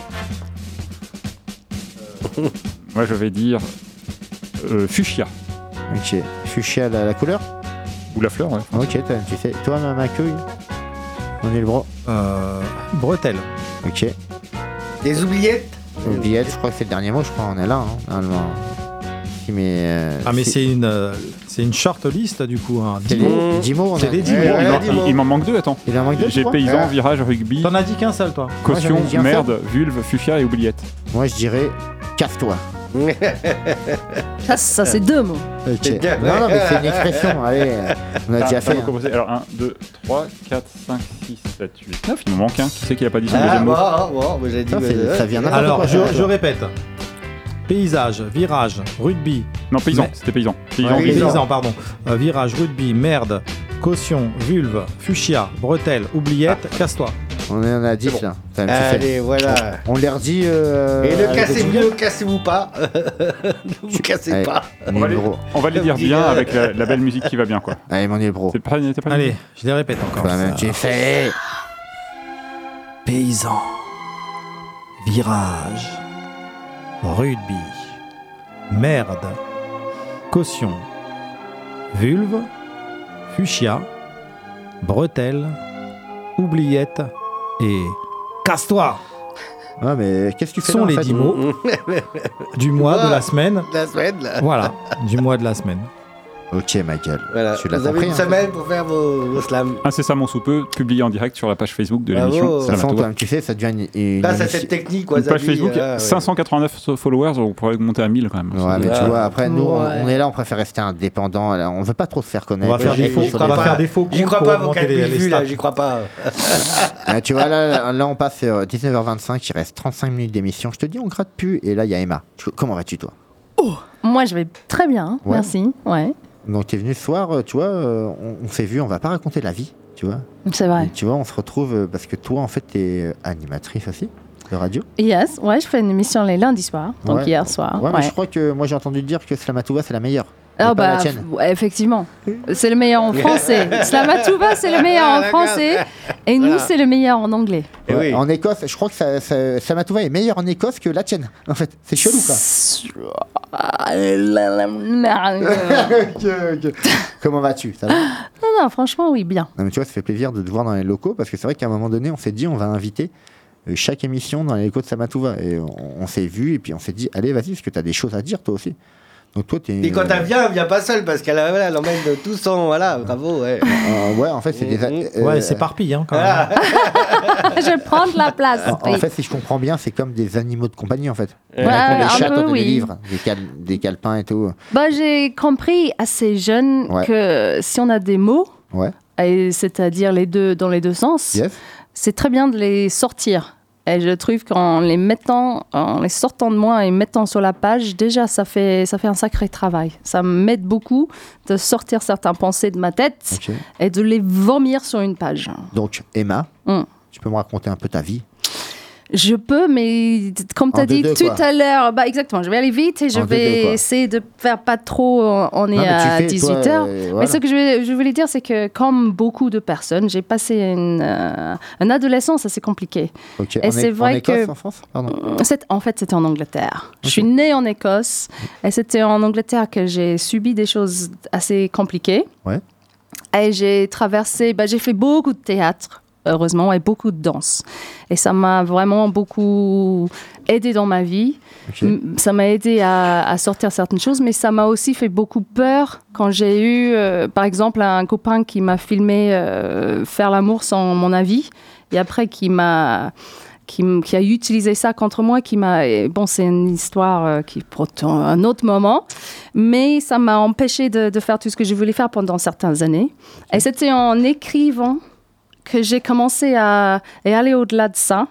Moi, je vais dire euh, fuchsia. Ok. Fuchsia, la, la couleur. Ou la fleur, ouais. Ok, toi-même, tu sais. Toi, ma, ma couille. On est le bro. Euh, bretelle. Ok. Des oubliettes. Oubliette, je crois que c'est le dernier mot, je crois. On est là, hein, normalement. Si, mais. euh, Ah mais si- c'est une, euh, c'est une short list du coup. Hein. C'est dix mots. les dix mots, on C'est a- les dix Ouais, mots. ouais, il, ouais, m'en- dis-moi. il- il m'en manque deux, attends. Il en manque deux, tu J'ai crois paysan, Ouais. virage, rugby, T'en as dit qu'un seul toi. caution, Moi, j'en ai dit un merde, vulve, fuchsia et oubliette. Moi, je dirais casse-toi. Ça, ça c'est deux mots. Ok. Non, non, mais c'est une expression. Allez, euh, on a Ah, déjà ça fait. va hein. commencer. Alors un, deux, trois, quatre, cinq, six, sept, huit, neuf. Il m'en manque un. Qui c'est qui a pas dit son Ah, deuxième bon, mot bon, bon, j'ai dit. Ça, c'est- euh, ça vient n'importe Alors quoi, je, ça, je toi. répète. Paysage, virage, rugby. Non, paysan, Mais- c'était paysan. Paysan, Ouais, paysan. Paysan, pardon. Euh, virage, rugby, merde, caution, vulve, fuchsia, bretelle, oubliette, casse-toi. On en a dix là. Ça me fait- Allez, voilà. On les redit. Euh, Et ne avec cassez-vous, le- ne cassez-vous pas. Ne vous cassez Allez, pas. on On va, est les, le bro. on va les dire bien avec la, la belle musique qui va bien, quoi. Allez, mon est le bro. C'est pas, t'es pas Allez, je les répète encore. Toi-même, tu fais. Paysan, virage, rugby, merde, caution, vulve, fuchsia, bretelle, oubliette et casse-toi Ah, mais qu'est-ce que tu fais sont là, en les fait dix mots du mois de la semaine. La semaine, là. Voilà, du mois de la semaine. Ok, Michael. Voilà. Tu l'as Vous avez compris, une hein. semaine pour faire vos, vos slams. Incessamment sous peu, publié en direct sur la page Facebook de Bravo. l'émission. De toute façon, Slamatouva. comme tu sais, ça devient une, une Grâce à émission- cette technique, Une Wasabi. page Facebook, ah, ouais. cinq cent quatre-vingt-neuf followers, on pourrait monter à mille quand même. Ouais, mais Ah. tu vois, après, nous, on- Ouais. on est là, on préfère rester indépendant. Là, on veut pas trop se faire On connaître. va faire Ouais, des et faux, il on faut va les- faire des faux J'y comptes crois pour pas à vos augmenter quatre les, mille les vues, là, stats. j'y crois pas. Ah, tu vois, là, là, on passe sur dix-neuf heures vingt-cinq, il reste trente-cinq minutes d'émission. Je te dis, on gratte plus. Et là, il y a Emma. Tu- Comment vas-tu, toi? Moi, je vais très bien, Ouais. merci. Ouais, Donc, t'es venu ce soir, euh, tu vois, euh, on, on s'est vu, on va pas raconter la vie, tu vois. c'est vrai. Et tu vois, on se retrouve euh, parce que toi, en fait, t'es euh, animatrice aussi de radio. Yes, ouais, je fais une émission les lundis soirs, donc Ouais. hier soir. Ouais, mais ouais. je crois que moi, j'ai entendu dire que Slamatouva, c'est la meilleure. Ah Et pas bah, la tienne. f- ouais, effectivement, c'est le meilleur en français. Slamatouva, c'est le meilleur en français, et nous, c'est le meilleur en anglais. Eh Ouais, oui. En Écosse, je crois que ça, ça, Slamatouva est meilleure en Écosse que la tienne, en fait. C'est chelou, quoi. Ok, ok. Comment vas-tu? Ça va? Non, non, franchement, oui, bien. Non, mais tu vois, ça fait plaisir de te voir dans les locaux parce que c'est vrai qu'à un moment donné, on s'est dit, on va inviter euh, chaque émission dans les locaux de Slamatouva. Et on, on s'est vu et puis on s'est dit, allez, vas-y, parce que tu as des choses à dire, toi aussi. Donc, toi, t'es. Et quand elle vient, elle vient pas seule parce qu'elle voilà, elle emmène tout son. Voilà, bravo, ouais. Euh, ouais, en fait, c'est des. euh, Ouais, c'est éparpille, hein, quand même. Voilà. Je vais prendre la place. En, en oui. fait, si je comprends bien, c'est comme des animaux de compagnie, en fait. Ouais, On a un des chats, peu, toi, t'as oui. des livres, des, cal- des calepins et tout. Bah, j'ai compris assez jeune Ouais. que si on a des mots, Ouais. et c'est-à-dire les deux dans les deux sens, Yes. c'est très bien de les sortir. Et je trouve qu'en les mettant, en les sortant de moi et mettant sur la page, déjà ça fait ça fait un sacré travail. Ça m'aide beaucoup de sortir certaines pensées de ma tête Ok. et de les vomir sur une page. Donc, Emma, Mm. tu peux me raconter un peu ta vie? Je peux, mais comme tu En as dit deux-deux, tout quoi. à l'heure, bah exactement, je vais aller vite et je En deux-deux, vais quoi. essayer de faire pas trop, on est Non, mais tu à fais, dix-huit toi, heures. euh, Mais voilà. ce que je, vais- je voulais dire, c'est que comme beaucoup de personnes, j'ai passé une, euh, une adolescence assez compliquée. Ok. Et En c'est É- vrai en Écosse, que- en France? Pardon. C'est- En fait, c'était en Angleterre. Je suis née en Écosse et c'était en Angleterre que j'ai subi des choses assez compliquées. Ouais. Et j'ai traversé, bah, j'ai fait beaucoup de théâtre, heureusement, et beaucoup de danse. Et ça m'a vraiment beaucoup aidé dans ma vie. Ok. M- Ça m'a aidé à, à sortir certaines choses, mais ça m'a aussi fait beaucoup peur quand j'ai eu, euh, par exemple, un copain qui m'a filmé euh, faire l'amour sans mon avis, et après qui m'a qui, m- qui a utilisé ça contre moi, qui m'a... et bon, c'est une histoire euh, qui pour un autre moment, mais ça m'a empêché de, de faire tout ce que je voulais faire pendant certaines années. Et c'était en écrivant que j'ai commencé à, à aller au-delà de ça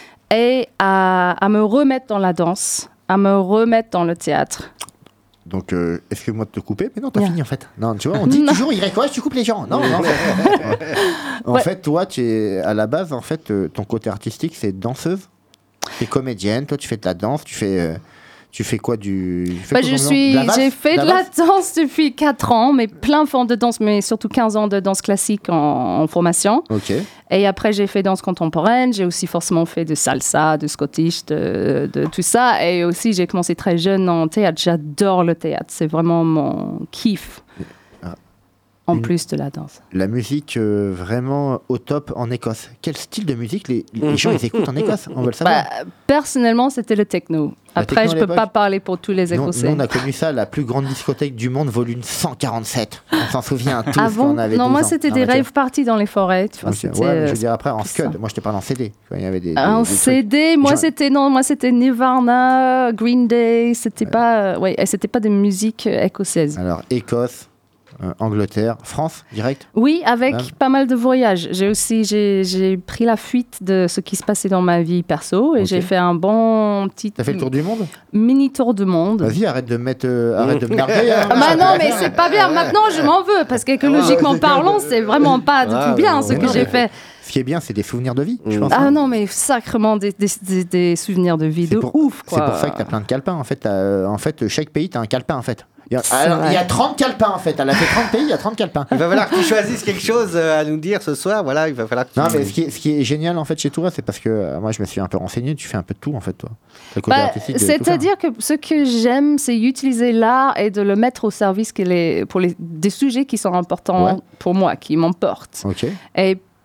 et à, à me remettre dans la danse, à me remettre dans le théâtre. Donc, euh, excuse-moi de te couper, mais non, t'as Yeah. fini en fait. Non, tu vois, on dit Non. toujours, il ouais, tu coupes les gens. Non, non, en fait, en Ouais. fait, toi, tu es à la base, en fait, euh, ton côté artistique, c'est danseuse. T'es comédienne, toi, tu fais de la danse, tu fais, euh, tu fais quoi du. tu fais Bah, quoi je comme suis, genre De la j'ai valse fait de la valse danse depuis quatre ans, mais plein de formes de danse, mais surtout quinze ans de danse classique en, en formation. Ok. Et après, j'ai fait danse contemporaine. J'ai aussi forcément fait de salsa, de scottish, de, de tout ça. Et aussi, j'ai commencé très jeune en théâtre. J'adore le théâtre. C'est vraiment mon kiff. Ah. En Une- plus de la danse. La musique euh, vraiment au top en Écosse. Quel style de musique les, les gens ils écoutent en Écosse? On veut le savoir. Bah, personnellement, c'était le techno. La Après, techno à je peux l'époque pas parler pour tous les Nous, Écossais. nous, on a connu ça, la plus grande discothèque du monde, volume cent quarante-sept. On s'en souvient tous Ah quand bon? on avait Non, douze moi, ans. c'était Non, des mais tu vois. rave parties dans les forêts. Tu vois, Ok, c'était, ouais, mais je euh, veux dire après en plus scud. ça. Moi, je te parle en C D. Quand il y avait des, des- Un des trucs. C D, moi Genre- c'était non, moi c'était Nirvana, Green Day, c'était pas, euh, ouais, et c'était pas de musique euh, écossaise. Alors, Écosse, euh, Angleterre, France, direct. Oui, avec Ah. pas mal de voyages. J'ai aussi j'ai, j'ai pris la fuite de ce qui se passait dans ma vie perso et Ok. j'ai fait un bon petit T'as fait le tour du monde? mini tour du monde. Vas-y, arrête de me mettre, euh, arrête de me larguer. hein. Ah bah non, mais c'est pas bien. Maintenant, je m'en veux parce qu'écologiquement parlant, c'est vraiment pas du Ah, tout bien non, ce mais que non, j'ai mais- fait. Ce qui est bien, c'est des souvenirs de vie, je Mm. pense. Ah hein. non, mais sacrément des, des, des- des souvenirs de vie C'est de pour- ouf, quoi. C'est pour ça que t'as plein de calepins. En fait, t'as, euh, en fait, chaque pays, t'as un calepin, en fait. Il y a, C'est alors, il y a vrai. trente calepins, en fait. Elle a fait trente pays, il y a trente calepins. Il va falloir que tu choisisses quelque chose euh, à nous dire ce soir. Voilà, il va falloir que tu. Non, mais ce qui est, ce qui est génial, en fait, chez toi, c'est parce que euh, moi, je me suis un peu renseigné. Tu fais un peu de tout, en fait, toi. Le côté Bah, artistique de tout faire. c'est-à-dire que ce que j'aime, c'est utiliser l'art et de le mettre au service que les, pour les, des sujets qui sont importants Ouais. pour moi, qui m'emportent. Ok. Et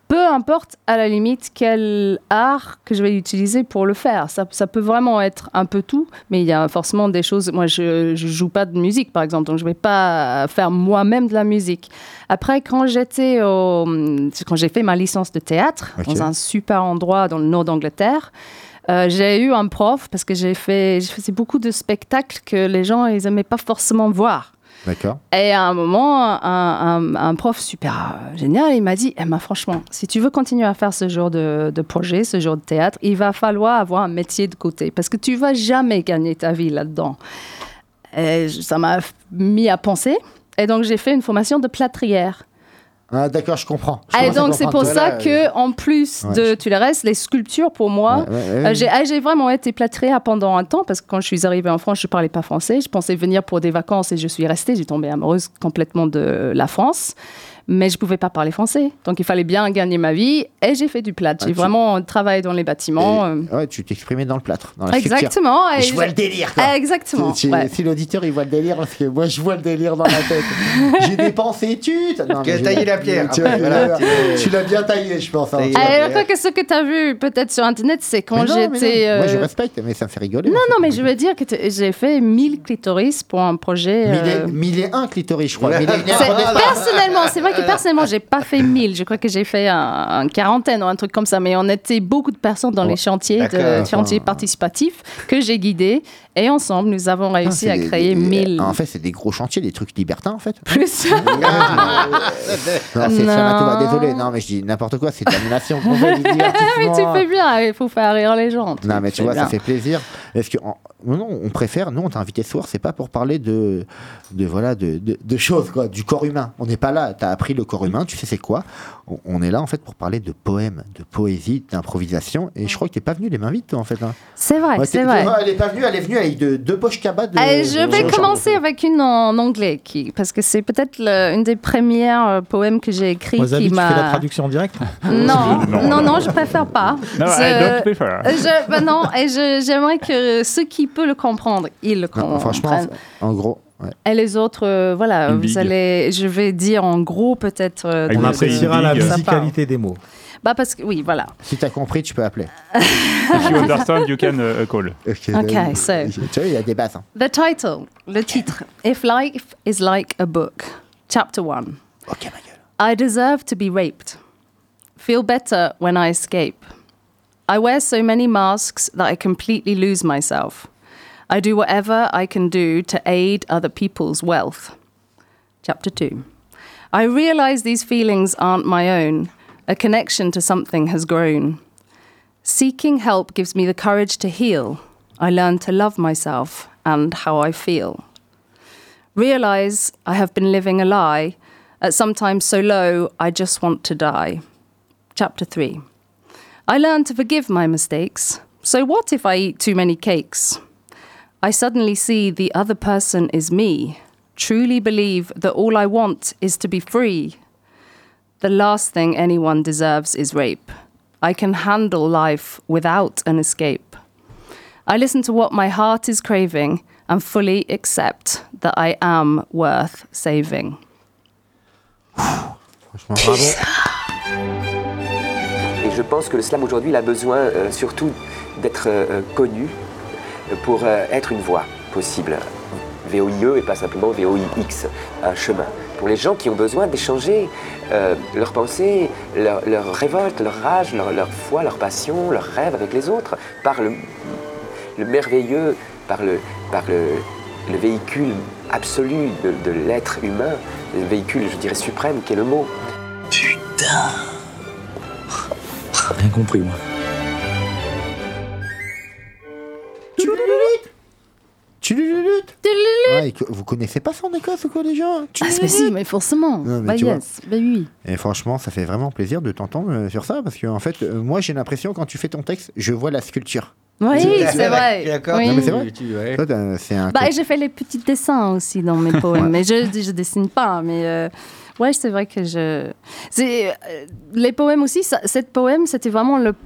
peu importe à la limite quel art que je vais utiliser pour le faire. Ça, ça peut vraiment être un peu tout, mais il y a forcément des choses... Moi, je ne joue pas de musique, par exemple, donc je ne vais pas faire moi-même de la musique. Après, quand j'étais au... quand j'ai fait ma licence de théâtre, okay. dans un super endroit dans le nord d'Angleterre, euh, j'ai eu un prof, parce que j'ai fait, j'ai fait beaucoup de spectacles que les gens ils n'aimaient pas forcément voir. D'accord. Et à un moment, un, un, un prof super génial, il m'a dit Emma, franchement, si tu veux continuer à faire ce genre de, de projet, ce genre de théâtre, il va falloir avoir un métier de côté parce que tu ne vas jamais gagner ta vie là-dedans. Et ça m'a mis à penser. Et donc, j'ai fait une formation de plâtrière. Ah, d'accord, je comprends. Je et donc, c'est pour ça que, en plus ouais, de je... tu le restes, les sculptures, pour moi, ouais, ouais, ouais. Euh, j'ai, j'ai vraiment été plâtrière pendant un temps parce que quand je suis arrivée en France, je ne parlais pas français. Je pensais venir pour des vacances et je suis restée. J'ai tombé amoureuse complètement de la France. Mais je ne pouvais pas parler français. Donc, il fallait bien gagner ma vie. Et j'ai fait du plâtre. Ah, j'ai tu... vraiment travaillé dans les bâtiments. Et... Ouais, tu t'exprimais dans le plâtre, dans la Exactement. Et je vois le délire, quoi. Exactement. Si, ouais. si l'auditeur, il voit le délire, parce que moi, je vois le délire dans la tête. J'ai dépensé études. Tu as taillé la pierre. Tu, ah, voilà, tu, tu l'as bien taillé, je pense. Hein. Alors que ce que tu as vu peut-être sur Internet, c'est quand non, j'étais... Euh... Moi, je respecte, mais ça me fait rigoler. Non, non, mais je veux dire que j'ai fait mille clitoris pour un projet... Euh... Mille et un clitoris, je crois. Personnellement, c'est vrai que personnellement, j'ai pas fait mille. Je crois que j'ai fait un, un quarantaine ou un truc comme ça. Mais on était beaucoup de personnes dans oh, les chantiers, de, chantiers participatifs que j'ai guidés. Et ensemble, nous avons réussi ah, à créer des, mille. En fait, c'est des gros chantiers, des trucs libertins, en fait. Plus. Ah, non, c'est non. Désolé. Non, mais je dis n'importe quoi. C'est de l'animation. Mais tu fais bien. Il faut faire rire les gens. Non, mais tu vois, bien. Ça fait plaisir. Est-ce que en, non, on préfère. Nous, on t'a invité ce soir. C'est pas pour parler de, de voilà, de, de, de choses, quoi, du corps humain. On n'est pas là. T'as appris le corps humain. Tu sais c'est quoi. On, on est là en fait pour parler de poèmes, de poésie, d'improvisation. Et je crois que t'es pas venu les mains vides, toi, en fait. Hein. C'est vrai. Ouais, c'est vrai. Elle est pas venue. Elle est venue avec de, deux poches cabas. De, euh, je de, vais de commencer avec une en anglais, qui, parce que c'est peut-être le, une des premières euh, poèmes que j'ai écrit Wasabi, qui tu m'a. fais la traduction en direct? Non, non, non, non, je préfère pas. No, je, I don't prefer. Je, ben non, et je, j'aimerais que ceux qui peuvent le comprendre, ils le comprennent. Franchement, en gros. Ouais. Et les autres, euh, voilà, Une vous allez, je vais dire en gros peut-être. Euh, on appréciera la musicalité des mots. Bah parce que oui, voilà. Si t'as compris, tu peux appeler. If you understand, you can uh, call. Okay, okay so. Tu vois, il y a des bases. Hein. The title, le titre. If life is like a book, chapter one. Ok, ma gueule. I deserve to be raped. Feel better when I escape. I wear so many masks that I completely lose myself. I do whatever I can do to aid other people's wealth. Chapter two. I realize these feelings aren't my own. A connection to something has grown. Seeking help gives me the courage to heal. I learn to love myself and how I feel. Realize I have been living a lie. At sometimes so low, I just want to die. Chapter three. I learn to forgive my mistakes. So what if I eat too many cakes? I suddenly see the other person is me. Truly believe that all I want is to be free. The last thing anyone deserves is rape. I can handle life without an escape. I listen to what my heart is craving and fully accept that I am worth saving. Franchement, bravo. Et je pense que le slam aujourd'hui il a besoin euh, surtout d'être euh, connu pour euh, être une voie possible. V O I E et pas simplement V O I X, un chemin. Pour les gens qui ont besoin d'échanger euh, leurs pensées, leur, leur révolte, leur rage, leur, leur foi, leur passion, leurs rêves avec les autres, par le, le merveilleux, par, le, par le, le véhicule absolu de, de l'être humain, le véhicule, je dirais, suprême, qui est le mot. Putain. Rien compris, moi. Ouais, vous connaissez pas ça en Écosse ou quoi, les gens? Ah, mais si, mais forcément. Non, mais bah, yes. bah oui. Et franchement, ça fait vraiment plaisir de t'entendre sur ça, parce que en fait, euh, moi, j'ai l'impression, quand tu fais ton texte, je vois la sculpture. Oui, c'est, c'est vrai. D'accord. Oui. Non, mais c'est vrai. Ouais. Toi, c'est un bah, j'ai fait les petits dessins aussi dans mes poèmes, ouais. mais je, je dessine pas. Mais euh, ouais, c'est vrai que je. C'est, euh, les poèmes aussi, ça, cette poème, c'était vraiment le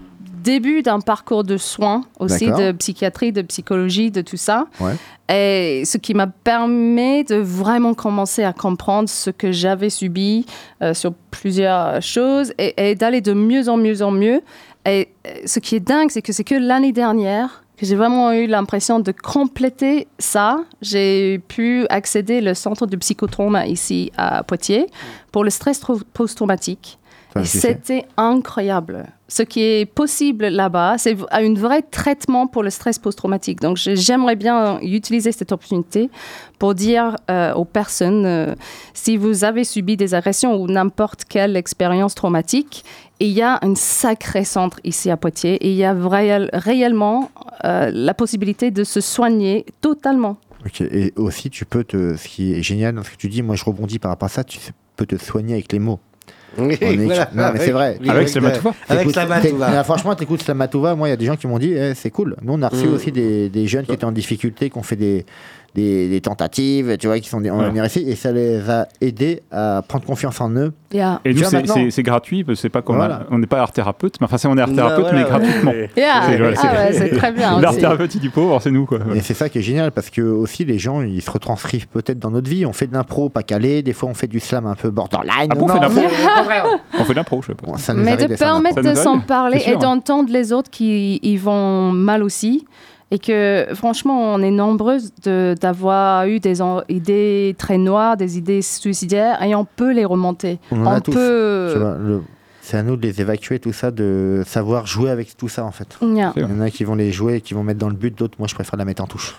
début d'un parcours de soins aussi, D'accord. de psychiatrie, de psychologie, de tout ça. Ouais. Et ce qui m'a permis de vraiment commencer à comprendre ce que j'avais subi euh, sur plusieurs choses et, et d'aller de mieux en mieux en mieux. Et ce qui est dingue, c'est que c'est que l'année dernière que j'ai vraiment eu l'impression de compléter ça. J'ai pu accéder au centre de psychotrauma ici à Poitiers pour le stress trau- post-traumatique. Ça, Et je sais. c'était incroyable. Ce qui est possible là-bas, c'est un vrai traitement pour le stress post-traumatique. Donc, je- j'aimerais bien utiliser cette opportunité pour dire euh, aux personnes, euh, si vous avez subi des agressions ou n'importe quelle expérience traumatique, il y a un sacré centre ici à Poitiers et il y a vrai- réellement euh, la possibilité de se soigner totalement. Ok, et aussi, tu peux te. Ce qui est génial dans ce que tu dis, moi je rebondis par rapport à ça, tu peux te soigner avec les mots. Oui, On est- voilà. Non, mais c'est vrai. Oui, avec Slamatouva. Avec T'écoutes- Slamatouva. t'é- non, Franchement, t'écoutes Slamatouva. Moi, il y a des gens qui m'ont dit, eh, c'est cool. Nous, on a reçu Mm. aussi des, des jeunes qui étaient en difficulté, qui ont fait des, des, des tentatives, tu vois, qui sont des, on Ouais. a mis ici, et ça les a aidés à prendre confiance en eux. Yeah. Et Tu nous, vois, c'est, maintenant- c'est, c'est gratuit, parce que c'est pas comme Voilà. un- on n'est pas art thérapeute, mais enfin, c'est on est art Non, thérapeute, voilà, mais gratuitement. ouais. Yeah. C'est, voilà, Ah ouais, c'est très bien L'art aussi. thérapeute du pauvre, c'est nous, quoi. Et c'est ça qui est génial, parce que aussi, les gens, ils se retranscrivent peut-être dans notre vie. On fait de l'impro, pas calé. Des fois, on fait du slam un peu borderline. Ah bon, on fait de Non, l'impro c'est- On fait de l'impro, je sais pas. Bon, ça nous Mais arrive de de faire permettre n'importe de quoi. s'en arrive, parler c'est sûr, et d'entendre les autres qui y vont mal aussi. Et que franchement, on est nombreuses de- d'avoir eu des en- idées très noires, des idées suicidaires, et on peut les remonter. On en a tous. peut. Tu vois, le- C'est à nous de les évacuer, tout ça, de savoir jouer avec tout ça, en fait. Yeah. Il y en a qui vont les jouer, qui vont mettre dans le but, d'autres, moi, je préfère la mettre en touche.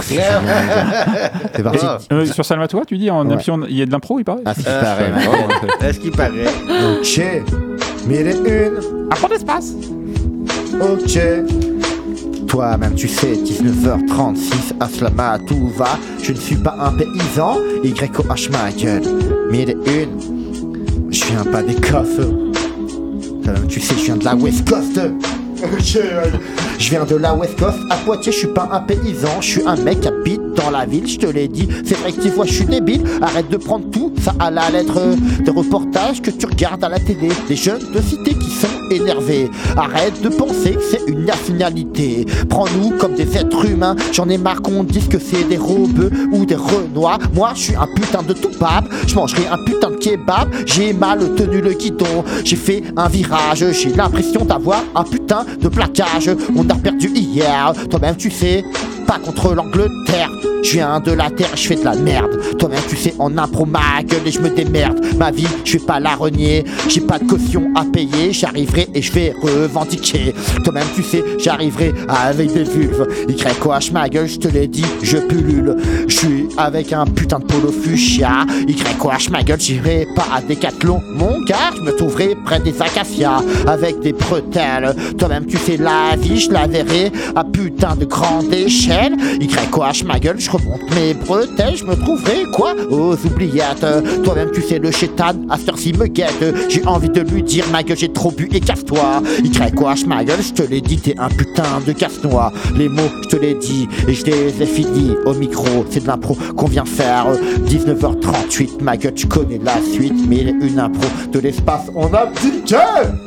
C'est parti. Euh, sur Salmatouva, tu dis, en Ouais. option, il y a de l'impro, il paraît Ah, ce qui Euh, paraît. ouais, ouais. À ce qui paraît. Ok, mille et une. À prendre l'espace. Ok. Toi-même, tu sais, dix-neuf heures trente-six, à Slamatouva. Je ne suis pas un paysan, Y O H ma gueule. Mille et une. Je viens pas des coffres. Toi-même, tu sais, je viens de la West Coast. Ok, je viens de la West Coast, à Poitiers, je suis pas un paysan, je suis un mec qui habite dans la ville, je te l'ai dit, c'est vrai que tu vois, je suis débile, arrête de prendre tout ça à la lettre, des reportages que tu regardes à la télé, des jeunes de cité qui sont énervés, arrête de penser que c'est une nationalité, prends-nous comme des êtres humains, j'en ai marre qu'on dise que c'est des robeux ou des renois, moi je suis un putain de toupable, je mangerai un putain de kebab, j'ai mal tenu le guidon, j'ai fait un virage, j'ai l'impression d'avoir un putain de plaquage, on a perdu hier, toi-même tu sais, pas contre l'Angleterre, je viens de la terre, je fais de la merde, toi-même tu sais, en impro ma gueule et je me démerde, ma vie, je vais pas la renier, j'ai pas de caution à payer, j'arriverai et je vais revendiquer, toi-même tu sais, j'arriverai avec des vulves, Y O H ma gueule, je te l'ai dit, je pullule, je suis avec un putain de polo fuchsia, Y O H ma gueule, j'irai pas à Décathlon, mon gars, je me trouverai près des acacias, avec des bretelles, toi-même tu sais la vie, je la verrai à putain de grande échelle, Y O H ma gueule, je remonte mes bretelles, je me trouverai quoi aux oubliettes, toi-même tu sais le chétan, à cette heure-ci me guette, j'ai envie de lui dire ma gueule j'ai trop bu et casse-toi, Y O H ma gueule, je te l'ai dit t'es un putain de casse-noix, les mots je te l'ai dit et je les ai finis au micro, c'est de l'impro qu'on vient faire, dix-neuf heures trente-huit, ma gueule tu connais la suite, mais une impro de l'espace, on a piqué.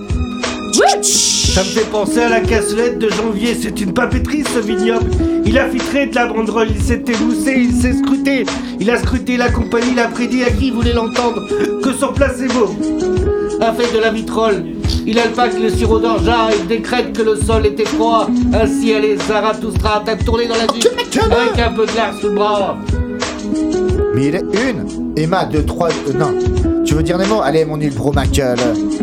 Ça me fait penser à la cassolette de janvier, c'est une papeterie ce vignoble. Il a filtré de la banderole, il s'est émoussé, il s'est scruté. Il a scruté la compagnie, il a prédit à qui voulait l'entendre que son placebo a fait de la vitrole. Il alpague le sirop d'orgeat, il décrète que le sol était froid. Ainsi allez, Zarathustra t'a tourné dans la nuit avec un peu de l'air sous le bras. Mille et une. Emma, deux, trois. Euh, non. Tu veux dire des mots? Allez, mon nul bro, ma gueule.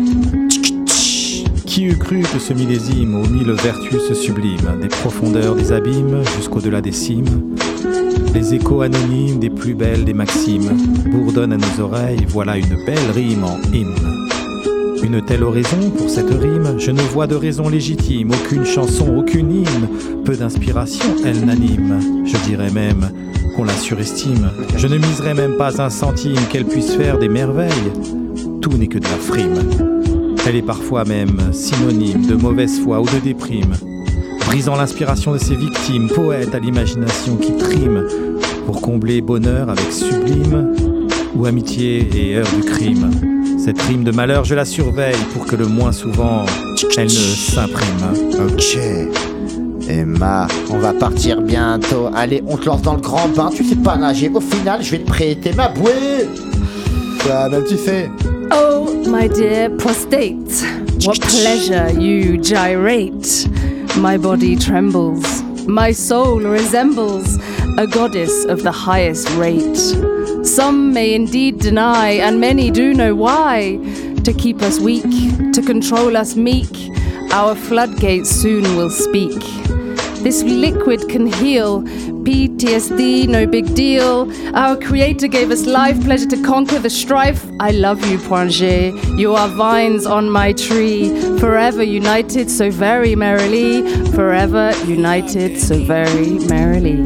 Qui eût cru que ce millésime aux mille vertus se sublime, des profondeurs des abîmes jusqu'au-delà des cimes, les échos anonymes des plus belles des maximes bourdonnent à nos oreilles, voilà une belle rime en hymne. Une telle oraison pour cette rime, je ne vois de raison légitime, aucune chanson, aucune hymne, peu d'inspiration, elle n'anime, je dirais même qu'on la surestime, je ne miserais même pas un centime qu'elle puisse faire des merveilles, tout n'est que de la frime. Elle est parfois même synonyme de mauvaise foi ou de déprime, brisant l'inspiration de ses victimes, poète à l'imagination qui trime, pour combler bonheur avec sublime, ou amitié et heure du crime. Cette rime de malheur, je la surveille pour que le moins souvent, elle ne s'imprime. Ok. Emma, on va partir bientôt. Allez, on te lance dans le grand bain. Tu sais pas nager. Au final, je vais te prêter ma bouée. Toi, même tu sais. Oh, my dear prostate, what pleasure you gyrate. My body trembles. My soul resembles a goddess of the highest rate. Some may indeed deny, and many do know why. To keep us weak, to control us meek, our floodgates soon will speak. This liquid can heal P T S D, no big deal. Our creator gave us life, pleasure to conquer the strife. I love you, Point G. You are vines on my tree. Forever united so very merrily. Forever united so very merrily.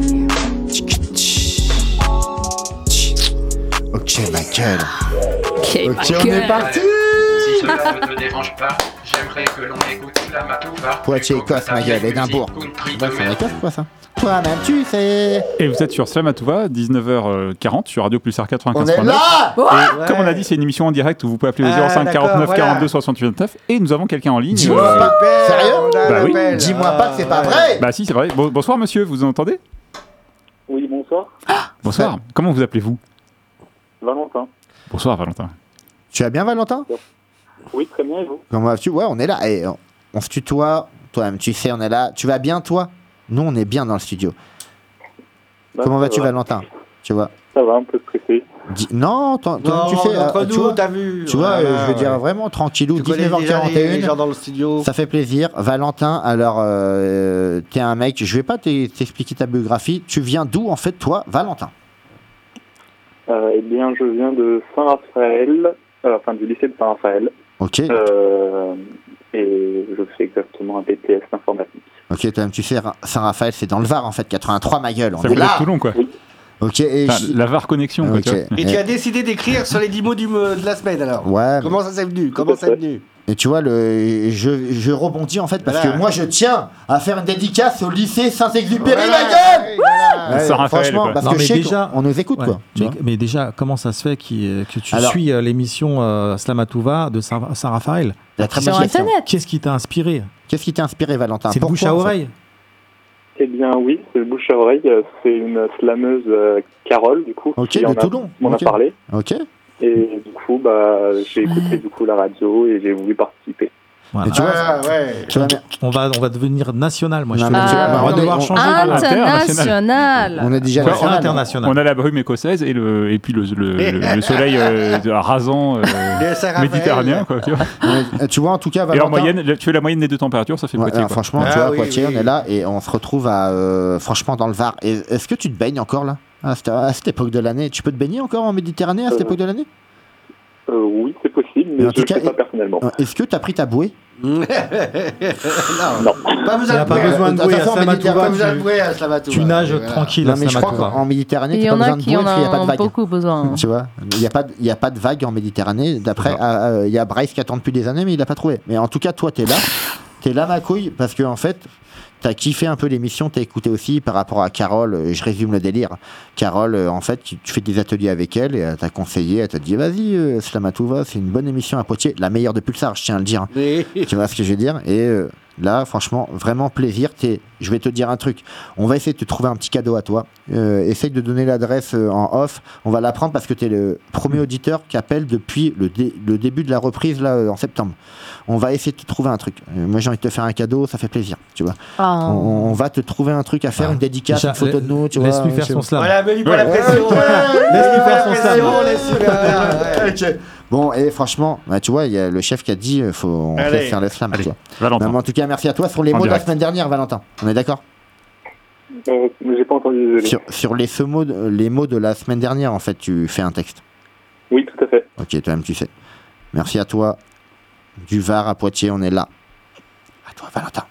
Ok, ma gueule. Ok, Ok, ma on gueule. est parti. Si cela ne te dérange pas, j'aimerais que l'on écoute la Matouva. Poitiers, Écosse, ma gueule, Édimbourg. Ouais, c'est en Écosse, quoi, ça. Toi-même, tu sais. Et vous êtes sur Slamatouva, dix-neuf heures quarante, sur Radio Plus R quatre-vingt-quinze On est là. Et Ouais. comme on a dit, c'est une émission en direct où vous pouvez appeler le Ah, zéro cinq d'accord, quarante-neuf voilà. quarante-deux soixante-huit vingt-neuf. Et nous avons quelqu'un en ligne. Dis-moi euh, pas. Sérieux Bah oui. Dis-moi pas que c'est pas vrai. Bah si, c'est vrai. Bon- bonsoir monsieur, vous entendez? Oui, bonsoir. Bonsoir. Comment vous appelez-vous? Valentin. Bonsoir Valentin. Tu vas bien, Valentin? Oui, très bien, et vous? Comment vas-tu? Ouais, on est là. Et on, on se tutoie. Toi-même, tu sais, on est là. Tu vas bien, toi? Nous, on est bien dans le studio. Bah, Comment ça vas-tu, va. Valentin? Tu vois? Ça va, un peu stressé. Dis- Non, toi, toi, Non, tu sais, entre euh, nous, tu vois, t'as vu, tu vois, voilà, euh, je veux ouais. dire vraiment tranquillou, Tu connais dix-neuf heures déjà quarante les- et un. les gens dans le studio. Ça fait plaisir. Valentin, alors, euh, t'es un mec, je vais pas t'e- t'expliquer ta biographie. Tu viens d'où, en fait, toi, Valentin? Euh, eh bien, je viens de Saint-Raphaël, euh, enfin du lycée de Saint-Raphaël. Ok. Euh, et je fais exactement un B T S informatique. Ok, toi-même, tu sais, Ra- Saint-Raphaël, c'est dans le Var, en fait, quatre-vingt-trois, ma gueule. On Ça est vous là. de Toulon quoi. Ok, et Enfin, je- la V A R connexion quoi, Ok. tu vois. Et tu as décidé d'écrire sur les dix mots du, me- de la semaine alors. Ouais. Comment ça s'est venu Comment ça est venu Et tu vois, le, je, je rebondis en fait parce Voilà. que moi je tiens à faire une dédicace au lycée Saint-Exupéry, Voilà, ma gueule. voilà. Ouais, Saint-Raphaël, franchement, quoi. parce Non, que mais je sais déjà- qu'on on nous écoute Ouais. quoi. tu Mais, vois. mais déjà, comment ça se fait qu'il- que tu Alors- suis euh, l'émission euh, Slamatouva de Saint- Saint-Raphaël? La très Sur bonne question. Internet. Qu'est-ce qui t'a inspiré? Qu'est-ce qui t'a inspiré, Valentin? C'est le Pourquoi, bouche à en fait oreille? Eh bien, oui, c'est le bouche à oreille. euh, C'est une slameuse euh, Carole, du coup, Ok, qui de en a, Toulon. m'en Ok. a parlé. Ok. Et du coup, bah, j'ai écouté du coup la radio et j'ai voulu participer. Voilà. Et tu vois, Ah, ouais. tu vois, mais- On va, on va devenir national, moi. Je Non, te mais le tu dis. vois, on va non, mais devoir on- changer. Ah, de- International. on est déjà Ouais, national. international. On a la brume écossaise et, le, et puis le, le, le- le soleil euh, rasant euh, Le Saint-Raphaël. méditerranéen quoi, tu vois. Euh, Tu vois, en tout cas, Et Valentin. en moyenne, le- tu fais la moyenne des deux températures, ça fait Ouais, Poitiers alors, quoi. franchement, Ah tu vois, oui, Poitiers, oui. on est là et on se retrouve à, euh, franchement, dans le Var. Et est-ce que tu te baignes encore là, à cette, à cette époque de l'année? Tu peux te baigner encore en Méditerranée à cette Euh, époque de l'année? Euh, oui, c'est possible, mais Mais en je tout ne cas, le fais pas et- personnellement. Euh, Est-ce que tu as pris ta bouée? non. Non. Pas Il besoin n'y a de pas bouée. besoin de De toute bruit à façon, Pas Slamatouva. besoin de bouée à Slamatouva. Tu nages Voilà. tranquille Non, à mais je crois Slamatouva. qu'en Méditerranée, Il tu y n'as en pas a besoin de qui bouée en parce qu'il n'y a pas de ont vague. beaucoup besoin. Tu vois, il n'y a, pas de- il y a pas de vague en Méditerranée. D'après, ah, euh, il y a Bryce qui attend depuis des années, mais il n'a pas trouvé. Mais en tout cas, toi, tu es là. Tu es là, ma couille, parce que en fait, tu as kiffé un peu l'émission, tu as écouté aussi par rapport à Carole. euh, Je résume le délire. Carole, euh, en fait, tu, tu fais des ateliers avec elle et elle t'a conseillé, elle t'a dit vas-y, euh, Slamatouva, c'est une bonne émission à Poitiers, la meilleure de Pulsar, je tiens à le dire. Oui. Tu vois ce que je veux dire? Et euh, là, franchement, vraiment plaisir. T'es- Je vais te dire un truc. On va essayer de te trouver un petit cadeau à toi. Euh, essaye de donner l'adresse euh, en off. On va la prendre parce que tu es le premier auditeur qui appelle depuis le, dé- le début de la reprise là, euh, en septembre. On va essayer de te trouver un truc. Euh, moi, j'ai envie de te faire un cadeau, ça fait plaisir. Tu vois. Ah. On, on va te trouver un truc à faire, une dédicace, Déjà, une photo de nous. Tu laisse-lui vois, faire je- son slam. Voilà, mets-lui pas la Ouais. pression. Laisse-lui faire son slam. Laisse-lui voilà, ouais. Ok. Bon, et franchement, bah, tu vois, il y a le chef qui a dit euh, faut on Allez. fait faire le slam. Tu vois. Valentin. Mais en tout cas, merci à toi sur les En mots de la direct. semaine dernière, Valentin. On est d'accord? Euh, j'ai pas entendu, désolé. Sur, sur les, ce mots, de- les mots de la semaine dernière, en fait, tu fais un texte. Oui, tout à fait. Ok, toi-même, tu sais. Merci à toi. Du Var à Poitiers, on est là. À toi, Valentin.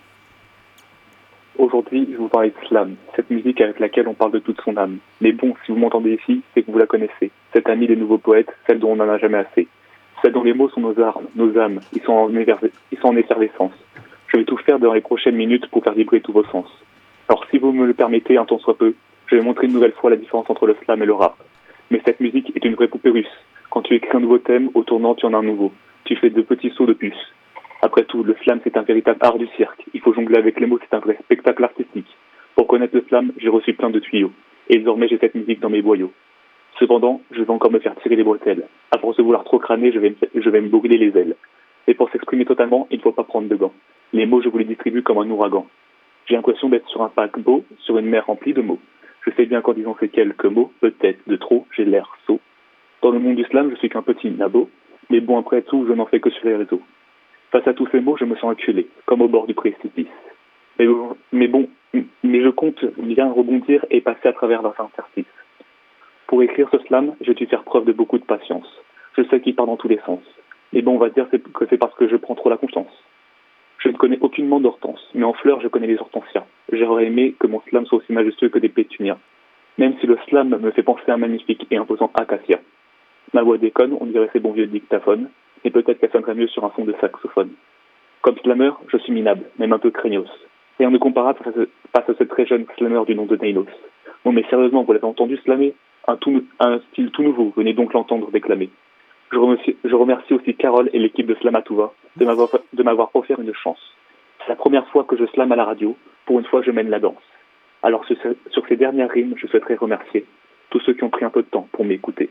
Aujourd'hui, je vous parle de slam, cette musique avec laquelle on parle de toute son âme. Mais bon, si vous m'entendez ici, c'est que vous la connaissez. Cette amie des nouveaux poètes, celle dont on n'en a jamais assez. Celle dont les mots sont nos armes, nos âmes, ils sont en, éver- ils sont en effervescence. Je vais tout faire dans les prochaines minutes pour faire vibrer tous vos sens. Alors si vous me le permettez un temps soit peu, je vais montrer une nouvelle fois la différence entre le slam et le rap. Mais cette musique est une vraie poupée russe. Quand tu écris un nouveau thème, au tournant, tu en as un nouveau. Tu fais de petits sauts de puce. Après tout, le slam, c'est un véritable art du cirque. Il faut jongler avec les mots, c'est un vrai spectacle artistique. Pour connaître le slam, j'ai reçu plein de tuyaux. Et désormais, j'ai cette musique dans mes boyaux. Cependant, je vais encore me faire tirer les bretelles. À force de vouloir trop crâner, je vais me, je vais me brûler les ailes. Et pour s'exprimer totalement, il ne faut pas prendre de gants. Les mots, je vous les distribue comme un ouragan. J'ai l'impression d'être sur un paquebot, sur une mer remplie de mots. Je sais bien qu'en disant ces quelques mots, peut-être de trop, j'ai l'air sot. Dans le monde du slam, je suis qu'un petit nabo, mais bon, après tout, je n'en fais que sur les réseaux. Face à tous ces mots, je me sens acculé, comme au bord du précipice. Mais bon, mais bon, mais je compte bien rebondir et passer à travers leurs interstices. Pour écrire ce slam, j'ai dû faire preuve de beaucoup de patience. Je sais qu'il part dans tous les sens. Mais bon, on va dire que c'est parce que je prends trop la confiance. Je ne connais aucunement d'hortense, mais en fleurs, je connais les hortensias. J'aurais aimé que mon slam soit aussi majestueux que des pétunias. Même si le slam me fait penser à un magnifique et imposant acacia. Ma voix déconne, on dirait ces bons vieux dictaphones, mais peut-être qu'elle sonnerait mieux sur un fond de saxophone. Comme slammer, je suis minable, même un peu craignos. Rien de comparable face à, ce, face à ce très jeune slammer du nom de Nailos. Non mais sérieusement, vous l'avez entendu slammer un, tout, un style tout nouveau, venez donc l'entendre déclamer. Je remercie, je remercie aussi Carole et l'équipe de Slamatouva de m'avoir, de m'avoir offert une chance. C'est la première fois que je slame à la radio, pour une fois je mène la danse. Alors sur, sur ces dernières rimes, je souhaiterais remercier tous ceux qui ont pris un peu de temps pour m'écouter.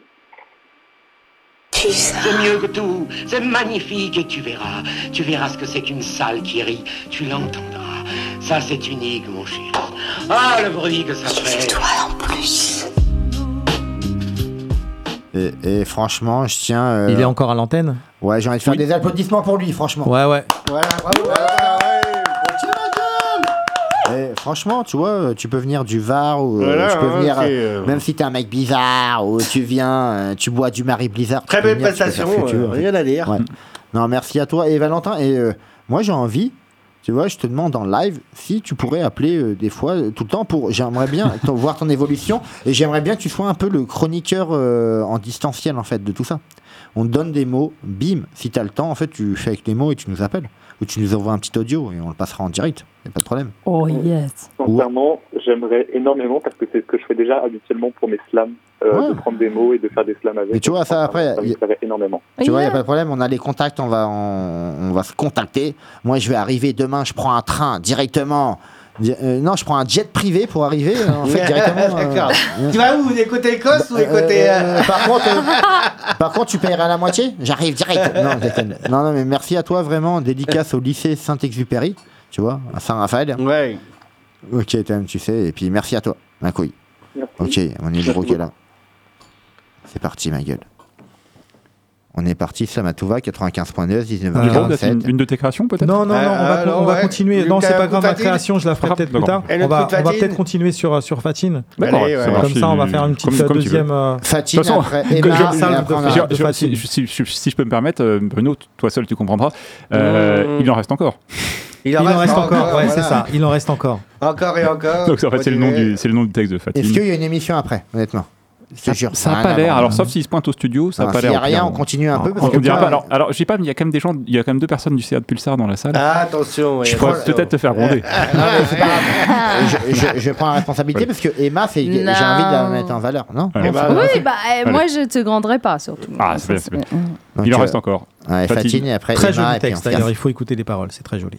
C'est mieux que tout, c'est magnifique et tu verras, tu verras ce que c'est qu'une salle qui rit, tu l'entendras. Ça c'est unique mon chéri. Ah le bruit que ça fait. Toi en plus. Et, et franchement, je tiens. Euh... Il est encore à l'antenne ? Ouais, j'ai envie de faire oui. des applaudissements pour lui, franchement. Ouais, ouais. Voilà, bravo. Ouais, ouais, ouais. Et franchement, tu vois, tu peux venir du Var ou voilà, tu peux hein, venir, euh... même si t'es un mec bizarre ou tu viens, euh, tu bois du Marie Blizzard. Très belle prestation, euh, rien à dire. Ouais. Non, merci à toi et Valentin. Et euh, moi, j'ai envie. Tu vois, je te demande en live si tu pourrais appeler euh, des fois, euh, tout le temps, pour. J'aimerais bien voir ton évolution et j'aimerais bien que tu sois un peu le chroniqueur euh, en distanciel en fait de tout ça. On te donne des mots, bim, si tu as le temps, en fait, tu fais avec les mots et tu nous appelles. Ou tu nous envoies un petit audio et on le passera en direct. Il n'y a pas de problème. Oh yes. Sincèrement, j'aimerais énormément parce que c'est ce que je fais déjà habituellement pour mes slams, euh, ouais. de prendre des mots et de faire des slams avec. Mais tu vois, ça après. Ça m'aiderait énormément. Tu vois, il n'y a pas de problème. On a les contacts, on va, on, on va se contacter. Moi, je vais arriver demain, je prends un train directement. Euh, non, je prends un jet privé pour arriver en fait directement. D'accord. Euh, tu vas où, des côtés Écosse ou des côtés euh, euh, par contre, euh, par contre, tu paieras la moitié. J'arrive direct. Non, non, non, mais merci à toi vraiment. Dédicace au lycée Saint-Exupéry, tu vois, à Saint-Raphaël. Ouais. Ok, tu sais. Et puis merci à toi, ma couille. Merci. Ok, mon numéro qui est là. C'est parti, ma gueule. On est parti, Slamatouva, quatre-vingt-quinze point neuf, dix-neuf heures quarante-sept. Une, une de tes créations, peut-être ? Non, non, non, on va, euh, non, on va ouais. continuer. Non, c'est pas grave, ma création, je la ferai peut-être plus tard. On va, on va peut-être continuer sur, sur Fatine. D'accord, Allez, ouais. Comme ça, on va faire une petite comme, comme deuxième. Euh... Fatine, de après Emma, je, après, je, je, si, si, si, si je peux me permettre, Bruno, toi seul, tu comprendras. Euh, mmh. Il en reste encore. Il en, il reste, en reste encore, encore ouais, voilà. C'est ça. Il en reste encore. Encore et encore. Donc, en fait, c'est le, nom du, c'est le nom du texte de Fatine. Est-ce qu'il y a une émission après, honnêtement ? Ça, ça n'a pas l'air. Alors, sauf s'il se pointe au studio, ça n'a pas l'air. S'il n'y a rien, on continue un peu. On ne dira pas. Alors, alors, je sais pas, mais il y a quand même des gens, il y a quand même deux personnes du C A de Pulsar dans la salle. Ah, attention. Je pourrais peut-être te faire gronder. je, je, je prends la responsabilité parce que Emma, c'est, j'ai envie de la mettre en valeur, non ? Oui, bah moi je te gronderai pas surtout. Ah, c'est bien. Il en reste encore. Fatine et après très Emma. Joli texte. D'ailleurs, il faut écouter les paroles. C'est très joli.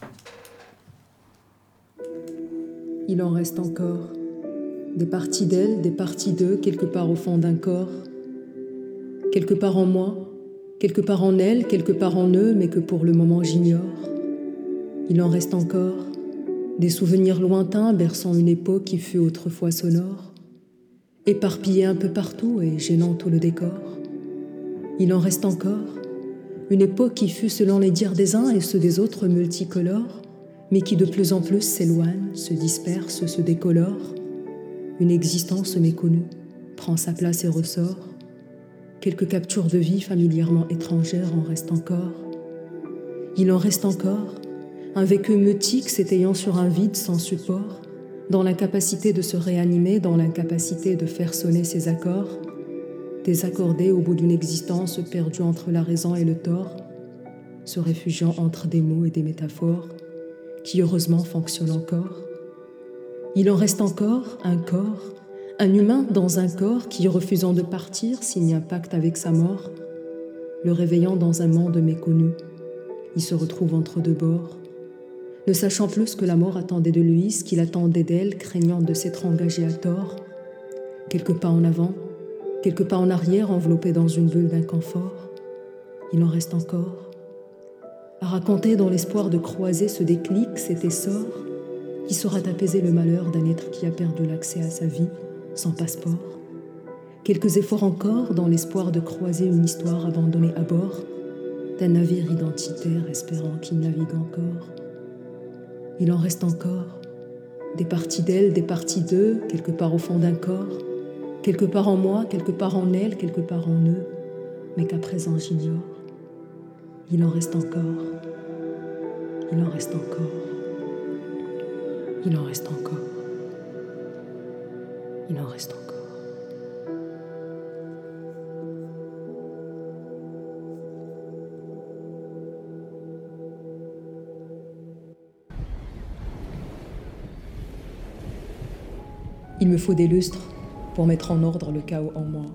Il en reste encore. Des parties d'elle, des parties d'eux, quelque part au fond d'un corps. Quelque part en moi, quelque part en elle, quelque part en eux, mais que pour le moment j'ignore. Il en reste encore. Des souvenirs lointains berçant une époque qui fut autrefois sonore. Éparpillés un peu partout et gênant tout le décor. Il en reste encore. Une époque qui fut selon les dires des uns et ceux des autres multicolore, mais qui de plus en plus s'éloigne, se disperse, se décolore. Une existence méconnue prend sa place et ressort. Quelques captures de vie familièrement étrangères en restent encore. Il en reste encore. Un vécu mutique s'étayant sur un vide sans support, dans l'incapacité de se réanimer, dans l'incapacité de faire sonner ses accords, désaccordé au bout d'une existence perdue entre la raison et le tort, se réfugiant entre des mots et des métaphores, qui heureusement fonctionnent encore. Il en reste encore un corps, Un humain dans un corps qui, refusant de partir, signe un pacte avec sa mort, le réveillant dans un monde méconnu. Il se retrouve entre deux bords, ne sachant plus ce que la mort attendait de lui, ce qu'il attendait d'elle, craignant de s'être engagé à tort. Quelques pas en avant, quelques pas en arrière, enveloppé dans une bulle d'inconfort. Il en reste encore à raconter dans l'espoir de croiser ce déclic, cet essor, qui saura apaiser le malheur d'un être qui a perdu l'accès à sa vie, sans passeport. Quelques efforts encore dans l'espoir de croiser une histoire abandonnée à bord d'un navire identitaire espérant qu'il navigue encore. Il en reste encore des parties d'elle, des parties d'eux, quelque part au fond d'un corps, quelque part en moi, quelque part en elle, quelque part en eux, mais qu'à présent j'ignore. Il en reste encore, il en reste encore, il en reste encore, il en reste encore. Il me faut des lustres pour mettre en ordre le chaos en moi.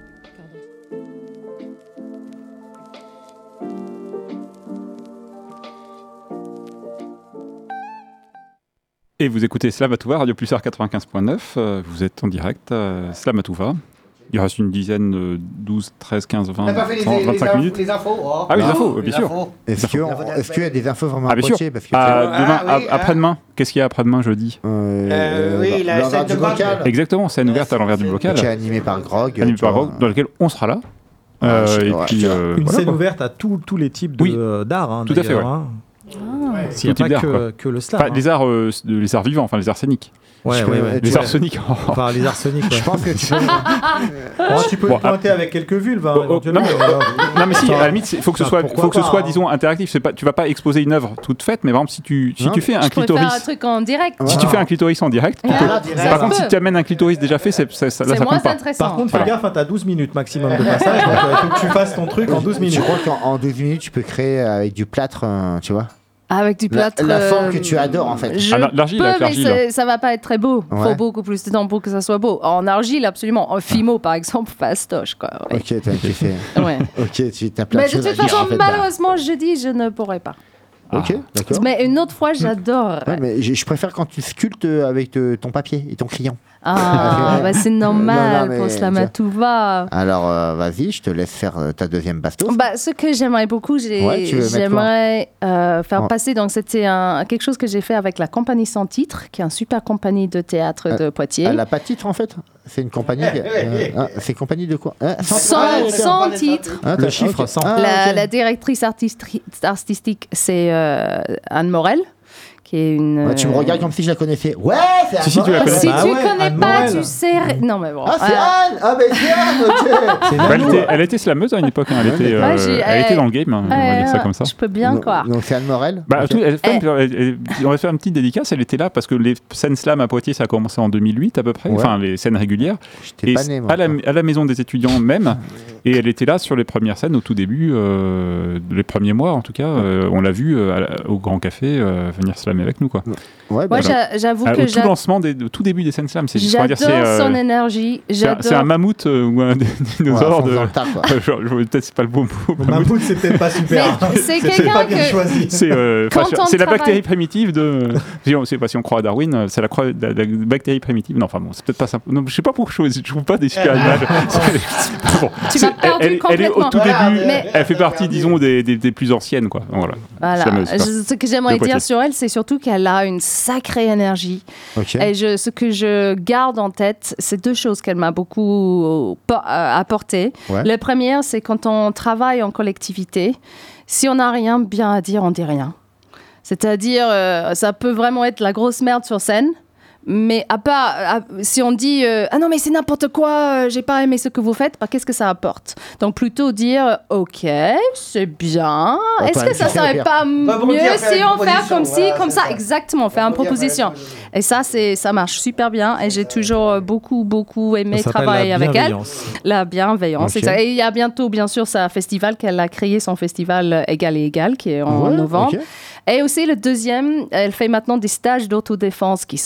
Et vous écoutez Slamatouva, Radio Pulsar quatre-vingt-quinze point neuf, euh, vous êtes en direct à Slamatouva. Il reste une dizaine, euh, douze, treize, quinze, vingt, trente, vingt-cinq les minutes. Les infos, oh. Ah oui, les Ah, infos, les bien sûr. infos. Est-ce qu'il est y a des infos vraiment Ah, bien sûr. approchées parce que Ah, c'est- demain, Ah, oui, à- après-demain, qu'est-ce qu'il y a après-demain, jeudi Euh, oui, la l'envers scène du de Grog. bocal. Exactement, scène ouverte à l'envers du bocal. Qui est animé par Grog. Animé tu par vois. Grog, dans lequel on sera là. Ah, Euh, je- et ouais, puis, tu vois. euh, Une voilà, scène quoi. ouverte à tout- tous les types de, Oui. euh, d'art. Hein, Tout à fait, d'ailleurs, ouais. hein. Ah. S'il n'y a Tout type pas d'art, que, quoi. que le slam. Enfin, hein. les arts, euh, les arts vivants, enfin les arts scéniques. Ouais, Je- ouais, ouais. Les Tu arts vois. soniques. Enfin, les arsenics. Je pense que tu peux. Bon, tu peux Bon, pointer avec quelques vulves. Hein, Oh, oh, éventuellement, non, mais, euh, non mais si, enfin, à la limite, il faut que ce enfin, soit, pourquoi faut que ce pas, soit, hein. disons, interactif. C'est pas, tu vas pas exposer une œuvre toute faite, mais par exemple, si tu, si Non, tu fais un Je pourrais faire un clitoris, truc en direct. si tu fais un clitoris en direct, tu Ah, peux- direct. par contre, Ça si peut. tu amènes un clitoris déjà fait, c'est, ça, ça, là, C'est ça moins compte pas. intéressant. Par contre, Voilà. fais gaffe, hein, t'as douze minutes maximum de passage, donc il faut que tu fasses ton truc en douze Tu minutes. crois qu'en en douze minutes, tu peux créer avec du plâtre, euh, tu vois Avec du La- plâtre. la forme euh, que tu adores, en fait. Je Ah, l'argile, peux, avec mais l'argile. c'est- ça va pas être très beau. Il Ouais. faut beaucoup plus de temps pour que ça soit beau. En argile, absolument. En fimo, par exemple, fastoche, quoi. Ouais. Ok, t'as kiffé. Ouais. Ok, tu t'as plein Mais de de choses à toute dire, façon, en fait, malheureusement, je dis, je ne pourrais pas. là. Ok, d'accord. Mais une autre fois, j'adore. Ouais, mais je je préfère quand tu sculptes avec euh, ton papier et ton crayon. Ah, bah c'est normal Non, non, mais pour tu Slamatouva. Alors, euh, vas-y, je te laisse faire euh, ta deuxième bastos. Bah, ce que j'aimerais beaucoup, j'ai- Ouais, tu veux mettre j'aimerais euh, faire Ouais. passer. Donc, c'était un, quelque chose que j'ai fait avec la compagnie Sans Titre, qui est une super compagnie de théâtre de Poitiers. Elle n'a pas de titre en fait. C'est une compagnie. qui- euh, ah, c'est une compagnie de quoi Hein, Sans, sans titre. Ah, Le t'as- chiffre ok. cent. Ah, La, ok. la directrice artistri- artistique, c'est euh, Anne Morel, qui est une. Ouais, tu me euh, regardes comme si je la connaissais. Ouais, c'est Si, si, tu la Anne connais. Si Bah tu ouais, connais Anne pas, Morel. tu sais. Non, mais bon. Ah, c'est euh, Anne Ah, mais c'est Anne, ok C'est Bah, elle, Nanou. était, elle était slameuse à une époque. hein. Elle était, euh, Ouais, j'ai- elle était euh, dans le game. hein, on va dire ça comme ça. Je peux bien Donc- croire. Donc, c'est Anne Morel. Bah, Ok. tout- elle fait Eh. une- elle- elle- on va faire une petite dédicace. Elle était là parce que les scènes slam à Poitiers, ça a commencé en deux mille huit à peu près. Ouais. Enfin, les scènes régulières. J'étais Et pas né, moi. à, la, à la maison des étudiants même. Et elle était là sur les premières scènes au tout début, euh, les premiers mois en tout cas. euh, on l'a vu euh, à la- au Grand Café euh, venir slammer avec nous. Quoi. Ouais, bah, Moi, j'a- j'avoue Ah, que au tout j'a- lancement, des, au tout début des scènes slam. C'est, on va j'adore dire, c'est, euh, son énergie. c'est un- J'adore. c'est un mammouth euh, ou un dinosaure. fonce de... dans le tas, quoi. Genre, je- peut-être c'est pas le bon mot. Le mammouth, c'est peut-être pas super. Mais c'est C'est quelqu'un pas bien que- choisi. C'est, euh, Quand enfin, on c'est la travaille- bactérie primitive de. Si on, c'est pas si on croit à Darwin, euh, c'est la, croix- la- la bactérie primitive. Non, enfin bon, c'est peut-être pas simple. Non, je sais pas pourquoi je, je trouve pas des super images. C'est- bon, Tu c'est- m'as perdu elle, elle est au complètement. tout Voilà, début. mais- Elle fait partie, disons, des, des, des plus anciennes, quoi. Voilà. Voilà. Slameuse, quoi. Je- ce que j'aimerais De Poitiers. dire sur elle, c'est surtout qu'elle a une sacrée énergie. Ok. Et je, ce que je garde en tête, c'est deux choses qu'elle m'a beaucoup po- euh, apporté. Ouais. La première, c'est quand on travaille en collectivité, si on n'a rien bien à dire, on dit rien. C'est-à-dire, euh, ça peut vraiment être la grosse merde sur scène. Mais à part, à- si on dit euh, ah non mais c'est n'importe quoi, euh, j'ai pas aimé ce que vous faites, bah, qu'est-ce que ça apporte? Donc plutôt dire ok c'est bien. Bon, Est-ce toi, que tu ça sais serait le pas faire. mieux faire si une on fait proposition, comme si voilà, comme c'est ça ça. exactement faire une Rebondir, proposition. Et ça c'est ça marche super bien et j'ai toujours euh, beaucoup beaucoup aimé Ça s'appelle travailler la avec elle. bienveillance. La bienveillance. Ok. c'est ça. Et il y a bientôt bien sûr sa festival qu'elle a créé son festival euh, Égal et Égal qui est en Ouais, novembre. ok. Et aussi le deuxième, elle fait maintenant des stages d'autodéfense qui sont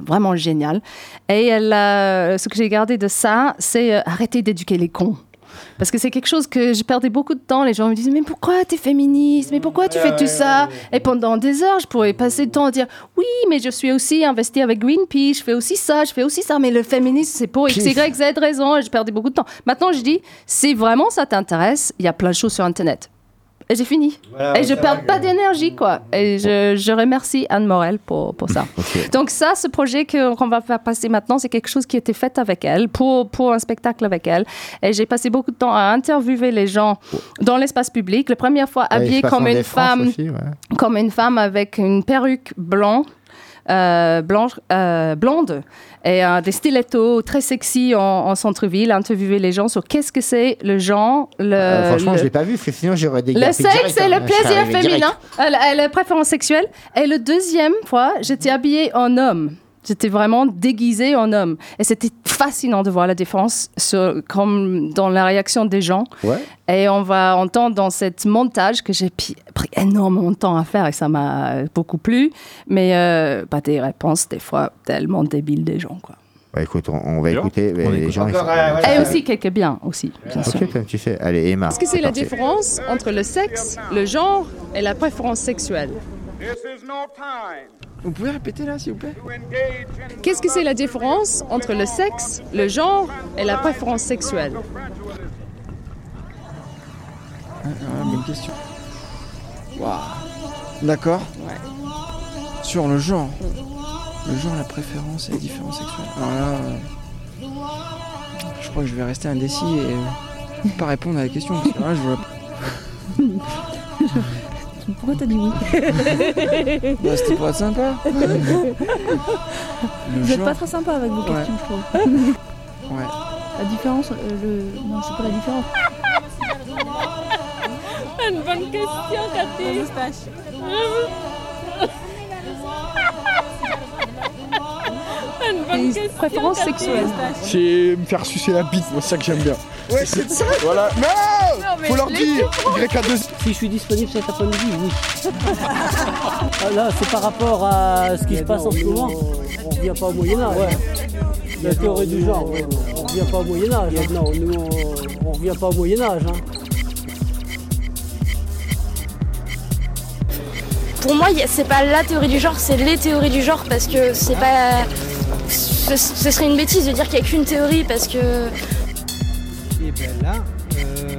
vraiment génial. Et elle, euh, ce que j'ai gardé de ça, c'est euh, arrêter d'éduquer les cons. Parce que c'est quelque chose que je perdais beaucoup de temps. Les gens me disaient, mais pourquoi t'es féministe? Mais pourquoi tu fais tout ça? Et pendant des heures, je pourrais passer le temps à dire, oui, mais je suis aussi investie avec Greenpeace, je fais aussi ça, je fais aussi ça. Mais le féminisme, c'est pour X, Y, Z raison. Et je perdais beaucoup de temps. Maintenant, je dis, si vraiment ça t'intéresse, il y a plein de choses sur Internet. Et j'ai fini. Voilà, et je ne perds pas d'énergie, quoi. Et je, je remercie Anne Morel pour, pour ça. Okay. Donc ça, ce projet que, qu'on va faire passer maintenant, c'est quelque chose qui a été fait avec elle, pour, pour un spectacle avec elle. Et j'ai passé beaucoup de temps à interviewer les gens dans l'espace public. La première fois, habillée ouais, comme une femme, aussi, ouais. comme une femme avec une perruque blanche. Euh, blanche, euh, blonde et euh, des stilettos très sexy en, en centre-ville, interviewer les gens sur qu'est-ce que c'est le genre. Le, euh, franchement, le... je l'ai pas vu, parce que sinon j'aurais des Le sexe et le plaisir féminin, euh, la préférence sexuelle. Et le deuxième fois, j'étais habillée en homme. J'étais vraiment déguisée en homme. Et c'était fascinant de voir la différence sur, comme dans la réaction des gens. Ouais. Et on va entendre dans cette montage que j'ai pris énormément de temps à faire et ça m'a beaucoup plu. Mais euh, bah, des réponses, des fois, tellement débiles des gens, quoi. Ouais, écoute, on, on va bien. écouter on les gens. Encore, euh, voilà. Et aussi quelques biens, aussi, bien sûr. Ok, comme tu sais. Allez, Emma. Qu'est-ce que c'est, c'est la parti. différence entre le sexe, le genre et la préférence sexuelle? Vous pouvez répéter là, s'il vous plaît? Qu'est-ce que c'est la différence entre le sexe, le genre et la préférence sexuelle? Ah, ah, bonne question. Waouh. D'accord. Ouais. Sur le genre. Mm. Le genre, la préférence et la différence sexuelle. Alors là, euh, je crois que je vais rester indécis et euh, pas répondre à la question parce que là, je vois. Pourquoi t'as dit oui? Bah, c'était pour être sympa. Vous n'êtes pas très sympa avec vos questions, ouais. je trouve. Ouais. La différence, euh, le... non, c'est pas la différence. Une bonne question, Cathy. Une bonne question. Préférence sexuelle. C'est me faire sucer la bite, moi, c'est ça que j'aime bien. Ouais, c'est ça. Voilà. Non, non faut leur dire. Y A deux. Si je suis disponible cet après-midi, oui. Là, c'est par rapport à ce qui se passe non, en ce moment. On ne revient pas au Moyen-Âge. Ouais. La théorie du genre, ouais. On ne revient pas au Moyen-Âge. Non, nous, on ne revient pas au Moyen-Âge. Hein. Pour moi, c'est pas la théorie du genre, c'est les théories du genre parce que c'est pas. Ce, ce serait une bêtise de dire qu'il n'y a qu'une théorie parce que. Et bien là, euh...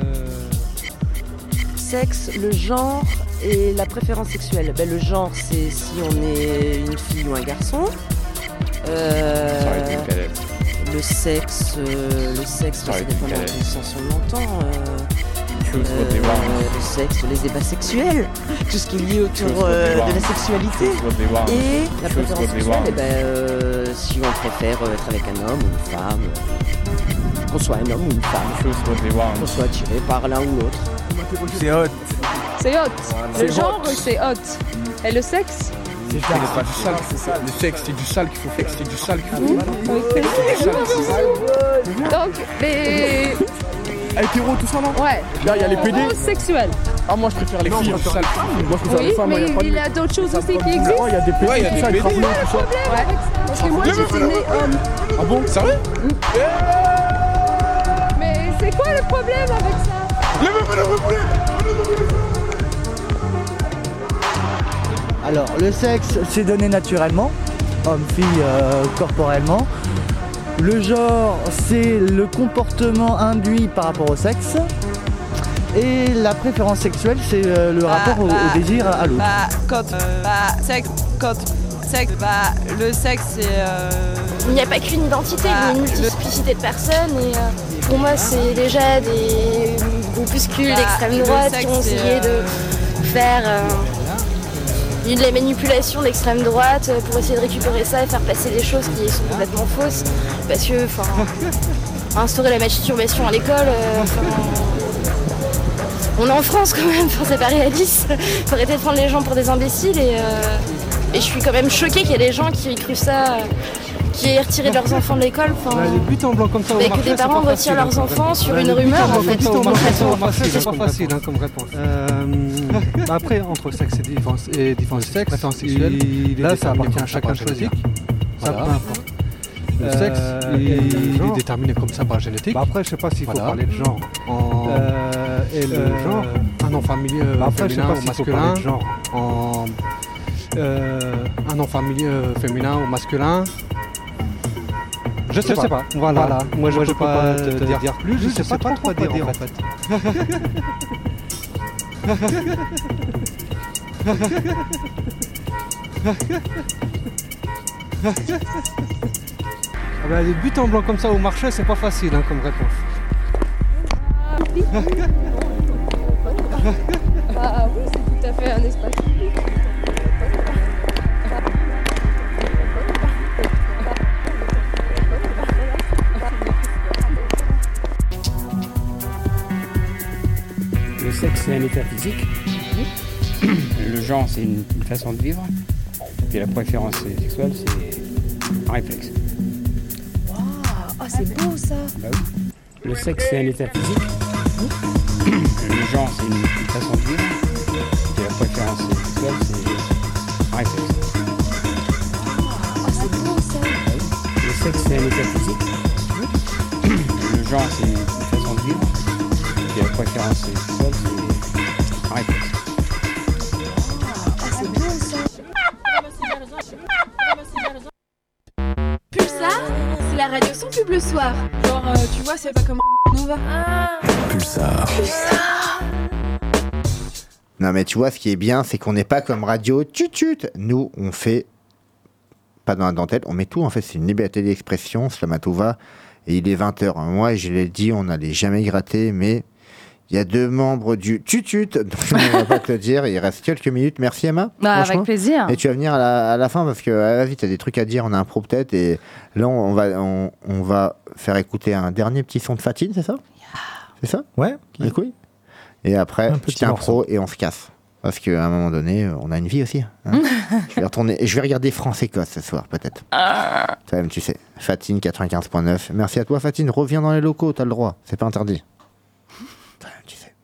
sexe, le genre et la préférence sexuelle. Ben, le genre, c'est si on est une fille ou un garçon. Euh... Le sexe, euh, le sexe, ça dépend de quel sens on l'entend. Euh... Euh, le sexe, les débats sexuels, tout ce qui est lié autour euh, de la sexualité. Et la préférence sexuelle, eh ben, euh, si on préfère être avec un homme ou une femme, euh, qu'on soit un homme ou une femme, qu'on soit attiré par l'un ou l'autre. C'est hot. C'est hot. Le genre, c'est hot. Et le sexe? C'est pas du sale, c'est ça. Le sexe, c'est du sale qu'il faut faire, c'est du sale qu'il faut faire. Donc, les... Hétéro, tout ça, non? Ouais. Là, il y a les P D. Homosexuels. Ah, moi, je préfère les filles. Moi, je préfère oui, les femmes. Mais il y a, il y a d'autres choses aussi qui existent. Il y a des P D, ouais, il y a des P D. C'est quoi le problème? Ouais. Parce que moi, j'étais née homme. Ah bon? Sérieux? Mais c'est quoi le problème avec ça? Levez-vous, levez-vous. Alors, le sexe, c'est donné naturellement, homme-fille, euh, corporellement. Le genre, c'est le comportement induit par rapport au sexe. Et la préférence sexuelle, c'est euh, le bah, rapport au, bah, au désir à l'autre. Bah, quand, euh, bah, sexe, quand, sexe, bah, le sexe, c'est... Euh... Il n'y a pas qu'une identité, bah, il y a une multiplicité de personnes. Et euh, pour moi, c'est déjà des groupuscules bah, d'extrême droite sexe, qui ont essayé euh... de faire... Euh, de la manipulation d'extrême droite pour essayer de récupérer ça et faire passer des choses qui sont complètement fausses. Parce que, enfin, instaurer la masturbation à l'école, euh, on est en France quand même, enfin, c'est pas réaliste. Faut arrêter de prendre les gens pour des imbéciles et, euh, et je suis quand même choquée qu'il y ait des gens qui aient cru ça, qui aient retiré leurs enfants de l'école. Enfin, les buts en blanc comme ça, et que des parents retirent leurs enfants sur une rumeur, en fait. C'est pas facile hein, comme réponse. Euh, bah après, entre sexe et différence, et différence de sexe, préférence sexuelle, là ça appartient à chacun de choisir. Ça, Voilà. peu importe. Le Euh, sexe, et il, le il genre. est déterminé comme ça par la génétique. Bah après, je sais pas s'il faut Voilà. parler de genre. En... Euh, et le euh, genre, un nom familier euh, bah après, je sais féminin pas ou s'il faut masculin. parler de genre. En... Euh, un nom familier euh, féminin ou masculin. Je sais Je pas. sais pas. Voilà. Voilà. Moi, je Moi, peux je pas peux pas te, te te dire dire plus. Je sais pas trop quoi dire en fait. Ah bah, les buts en blanc comme ça au marché, c'est pas facile hein, comme réponse. Ah oui, c'est tout à fait un espace public. Le sexe, c'est un état physique. Le genre, c'est une, une façon de vivre. Et la préférence sexuelle, c'est un réflexe. Waouh, oh, c'est beau ça. Bah oui. Le sexe, c'est un état physique. Le genre, c'est une, une façon de vivre. Et la préférence sexuelle, c'est un réflexe. Oh, c'est beau ça. Bah oui. Le sexe, c'est un état physique. Le genre, c'est une, une façon de vivre. Et la préférence sexuelle, c'est un réflexe. Oh, c'est beau ça. Pulsar, c'est la radio sans pub le soir. Genre, euh, tu vois, c'est pas comme Nova. Pulsar. Non mais tu vois, ce qui est bien, c'est qu'on n'est pas comme radio tut-tut. Nous, on fait pas dans la dentelle, on met tout. En fait, c'est une liberté d'expression, Slamatouva. Et il est vingt heures. Moi, je l'ai dit, on n'allait jamais gratter, mais il y a deux membres du tut-tut, donc on ne va pas te le dire. Il reste quelques minutes. Merci Emma. Bah, franchement. avec plaisir. Et tu vas venir à la, à la fin parce que ah, vas-y, tu as des trucs à dire. On a un pro peut-être. Et là, on va, on, on va faire écouter un dernier petit son de Fatine, c'est ça? C'est ça? Ouais. Avec oui. Et après, Un petit petit impro et on se casse. Parce qu'à un moment donné, on a une vie aussi. Hein. je, vais retourner, je vais regarder France-Écosse ce soir, peut-être. Toi-même, tu sais. Fatine quatre-vingt-quinze point neuf. Merci à toi, Fatine. Reviens dans les locaux, t'as le droit. C'est pas interdit. Toi-même, tu sais.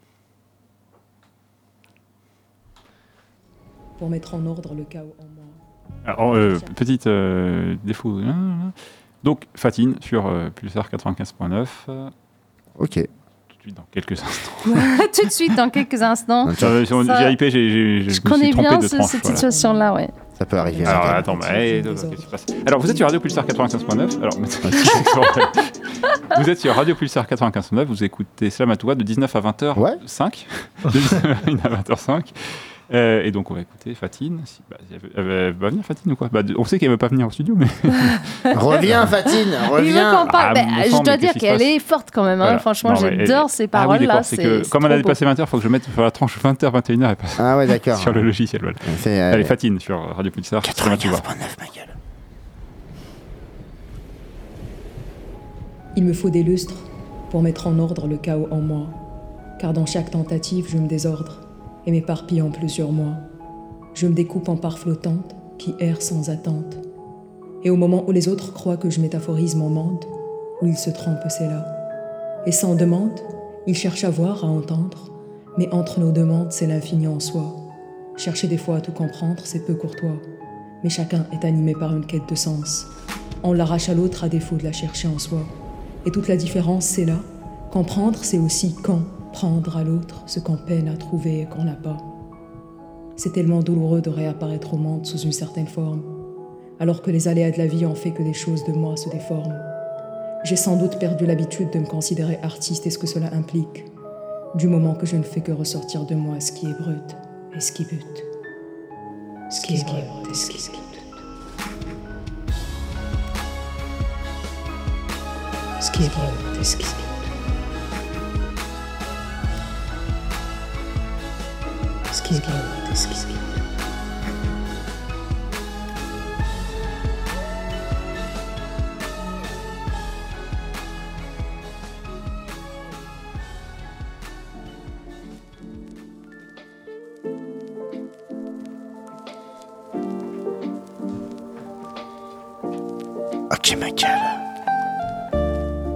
Pour mettre en ordre le chaos en moi. Alors, euh, petite euh, défaut. Donc, Fatine sur euh, Pulsar quatre-vingt-quinze point neuf. Ok. Tout de suite, dans quelques instants. Tout de suite, dans quelques instants. Euh, sur Ça- V I P, j'ai, j'ai, Je me suis connais trompé bien de ce- tranche, cette voilà. situation-là, ouais. Ça peut arriver. Alors, attends, bah, hey, qu'est-ce qui se passe? Alors, vous êtes sur Radio Pulsar quatre-vingt-quinze point neuf. Alors, vous êtes sur Radio Pulsar quatre-vingt-quinze point neuf. Vous écoutez Slamatouva de dix-neuf à vingt heures cinq. De dix-neuf à vingt heures cinq. Euh, et donc, on va écouter Fatine. Si, bah, elle, veut, elle, veut, elle va venir, Fatine, ou quoi? Bah, on sait qu'elle ne veut pas venir au studio, mais. Reviens, Fatine, Il veut reviens. qu'on parle. Ah, Bah, me je semble, dois mais dire qu'est-ce qui se qu'elle passe est forte quand même. Hein. Voilà. Franchement, Non, mais j'adore elle- ces Ah oui, paroles-là. d'accord, c'est que, comme on a dépassé vingt heures, il faut que je mette sur la tranche vingt heures, vingt et une heures et pas Ah ouais, d'accord. sur le logiciel. Voilà. C'est, euh, Allez, Fatine sur Radio Pulsar. quatre-vingt-quinze point neuf, ma gueule. Il me faut des lustres pour mettre en ordre le chaos en moi, car dans chaque tentative, je me désordre et m'éparpille en plusieurs mois. Je me découpe en parts flottantes qui errent sans attente. Et au moment où les autres croient que je métaphorise mon monde, où ils se trompent, c'est là. Et sans demande, ils cherchent à voir, à entendre, mais entre nos demandes, c'est l'infini en soi. Chercher des fois à tout comprendre, c'est peu courtois, mais chacun est animé par une quête de sens. On l'arrache à l'autre à défaut de la chercher en soi. Et toute la différence, c'est là. Comprendre, c'est aussi quand prendre à l'autre ce qu'on peine à trouver et qu'on n'a pas. C'est tellement douloureux de réapparaître au monde sous une certaine forme, alors que les aléas de la vie ont fait que des choses de moi se déforment. J'ai sans doute perdu l'habitude de me considérer artiste et ce que cela implique, du moment que je ne fais que ressortir de moi ce qui est brut et ce qui bute. Ce qui est brut et ce qui bute. Ce qui est brut et ce qui bute. Ce qui est brut et ce qui bute. Ok, ma gueule.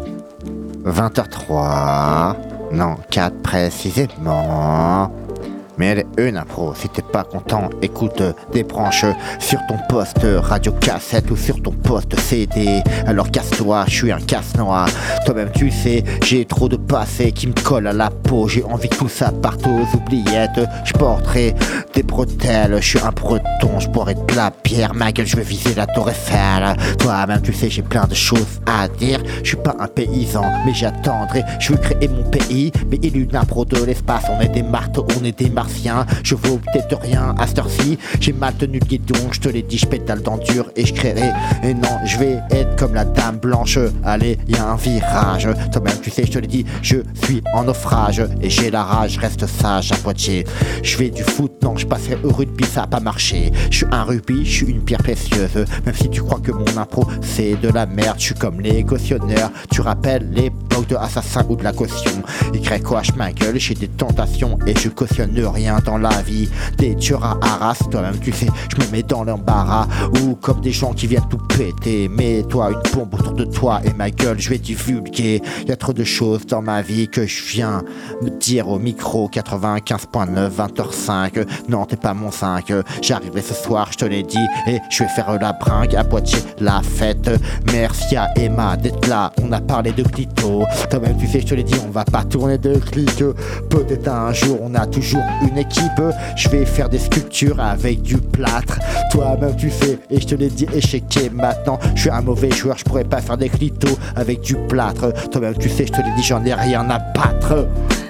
vingt heures trois. Non, quatre précisément. Mais elle est une impro, si t'es pas content, écoute des branches sur ton poste radio cassette ou sur ton poste C D. Alors casse-toi, je suis un casse-noix. Toi-même tu sais, j'ai trop de passé qui me colle à la peau. J'ai envie que tout ça parte aux oubliettes. Je porterai des bretelles, je suis un breton, je boirai de la bière. Ma gueule, je vais viser la tour Eiffel. Toi-même tu sais, j'ai plein de choses à dire. Je suis pas un paysan, mais j'attendrai. Je veux créer mon pays, mais il est une impro de l'espace. On est des marteaux, on est des marteaux. Je vaux peut-être rien à cette heure-ci. J'ai mal tenu le guidon, je te l'ai dit, je pédale dans dur et je créerai. Et non, je vais être comme la dame blanche. Allez, y a un virage. Toi-même, tu sais, je te l'ai dit, je suis en naufrage. Et j'ai la rage, reste sage à Poitiers. Je fais du foot, non, je passerai au rugby, ça a pas marché. Je suis un rugby, je suis une pierre précieuse. Même si tu crois que mon impro, c'est de la merde. Je suis comme les cautionneurs. Tu rappelles l'époque de Assassin ou de la caution. Y quoi, je ma gueule, j'ai des tentations et je cautionne rien dans la vie. Des tueurs à Arras, toi-même tu sais, je me mets dans l'embarras. Ou comme des gens qui viennent tout péter. Mets-toi une bombe autour de toi et ma gueule, je vais divulguer. Y a trop de choses dans ma vie que je viens me dire au micro. Quatre-vingt-quinze point neuf, vingt heures cinq. Non, t'es pas mon cinq. J'arriverai ce soir, je te l'ai dit, et je vais faire la bringue à Poitiers, la fête. Merci à Emma d'être là, on a parlé de clito. Toi-même tu sais, je te l'ai dit, on va pas tourner de clic. Peut-être un jour, on a toujours une équipe. Je vais faire des sculptures avec du plâtre. Toi-même tu sais, et je te l'ai dit, échequé. Maintenant, je suis un mauvais joueur, je pourrais pas faire des clitos avec du plâtre. Toi-même tu sais, je te l'ai dit, j'en ai rien à battre.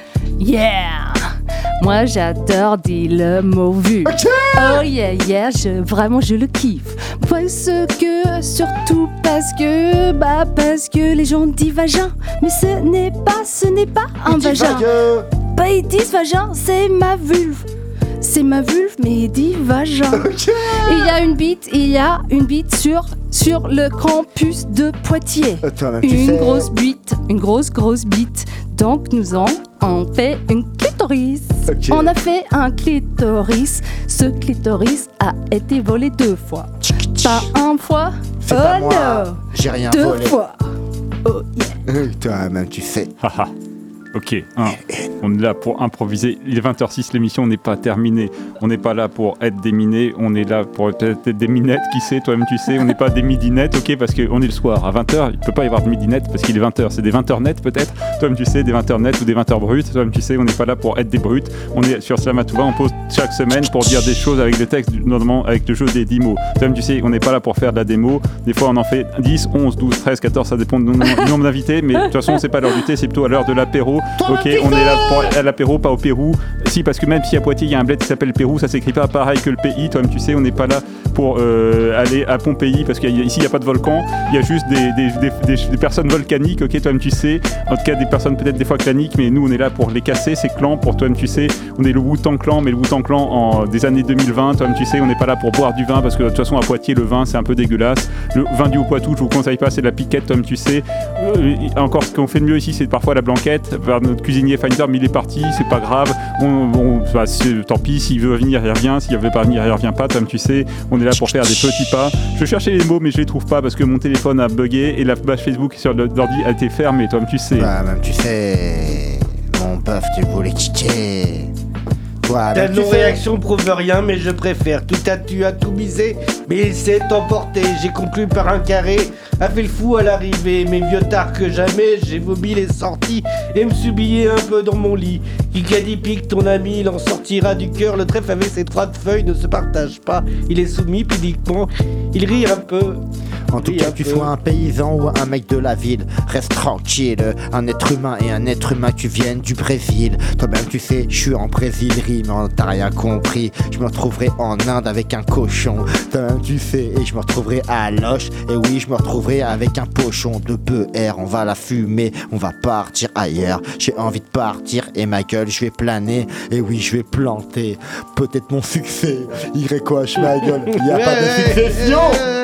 Yeah! Moi j'adore dire le mot vu. Okay. Oh yeah yeah, je, vraiment je le kiffe. Parce que, surtout parce que, bah parce que les gens disent vagin. Mais ce n'est pas, ce n'est pas un vagin. Bah ils disent vagin, c'est ma vulve. C'est ma vulve, mais ils disent vagin. Okay. Il y a une bite, il y a une bite sur, sur le campus de Poitiers. Toi-même, une sais. grosse bite, une grosse grosse bite. Donc nous en on fait une clitoris. Okay. On a fait un clitoris. Ce clitoris a été volé deux fois. Pas une fois. C'est oh pas moi. Non. J'ai rien deux volé. Deux fois. Oh yeah. Toi-même tu sais. Haha. Ok, hein. On est là pour improviser. Il est vingt heures six, l'émission n'est pas terminée. On n'est pas là pour être des minés, on est là pour être des minettes, qui sait, toi-même tu sais. On n'est pas des midinettes, ok, parce qu'on est le soir. À vingt heures, il ne peut pas y avoir de midinettes parce qu'il est vingt heures. C'est des vingt heures nettes peut-être, toi-même tu sais, des vingt heures nettes ou des vingt heures brutes. Toi-même tu sais, on n'est pas là pour être des brutes. On est sur Slamatouva, on pose chaque semaine pour dire des choses avec des textes, notamment avec le jeu des dix mots. Toi-même tu sais, on n'est pas là pour faire de la démo. Des fois on en fait dix, onze, douze, treize, quatorze, ça dépend du nombre d'invités. Mais de toute façon, c'est pas l'heure du thé, c'est plutôt à l'heure de l'apéro. Ok, on est là pour, à l'apéro, pas au Pérou. Si, parce que même si à Poitiers il y a un bled qui s'appelle Pérou, ça s'écrit pas pareil que le pays. Toi-même tu sais, on n'est pas là pour euh, aller à Pompéi parce qu'ici il n'y a pas de volcan. Il y a juste des, des, des, des, des personnes volcaniques. Ok, toi-même tu sais. En tout cas, des personnes peut-être des fois claniques, mais nous on est là pour les casser ces clans. Pour toi-même tu sais, on est le Wu-Tang Clan, mais le Wu-Tang Clan en des années deux mille vingt. Toi-même tu sais, on n'est pas là pour boire du vin parce que de toute façon à Poitiers le vin c'est un peu dégueulasse. Le vin du Haut-Poitou, je vous conseille pas, c'est de la piquette. Toi-même tu sais. Euh, encore ce qu'on fait de mieux ici, c'est parfois la blanquette. Vers notre cuisinier Finder, mais il est parti, c'est pas grave. On, on, bah, c'est, tant pis, s'il veut venir, il revient. S'il veut pas venir, il revient pas. Comme tu sais, on est là pour faire des petits pas. Je cherchais les mots, mais je les trouve pas parce que mon téléphone a bugué et la page Facebook sur l'ordi a été fermée. Toi, tu sais. Bah, même tu sais, mon bœuf, tu voulais tchicher. Toi, Ta même tu non-réaction sais. Prouve rien, mais je préfère. Tout a tu as tout misé, mais il s'est emporté. J'ai conclu par un carré, a fait le fou à l'arrivée. Mais mieux tard que jamais, j'ai vomi les sorties et me suis billé un peu dans mon lit. Kikadi pique ton ami, il en sortira du cœur. Le trèfle avec ses trois feuilles ne se partage pas. Il est soumis pudiquement, il rit un peu. En tout cas, tu sois un paysan ou un mec de la ville, reste tranquille. Un être humain et un être humain, tu viennes du Brésil. Toi-même, tu sais, je suis en Brésilerie, mais t'as rien compris. Je me retrouverai en Inde avec un cochon. Toi-même, tu sais, et je me retrouverai à Loche. Et oui, je me retrouverai avec un pochon de beurre. On va la fumer, on va partir ailleurs. J'ai envie de partir et ma gueule, je vais planer. Et oui, je vais planter. Peut-être mon succès. Irait quoi, je ma gueule. Il n'y a pas de succession.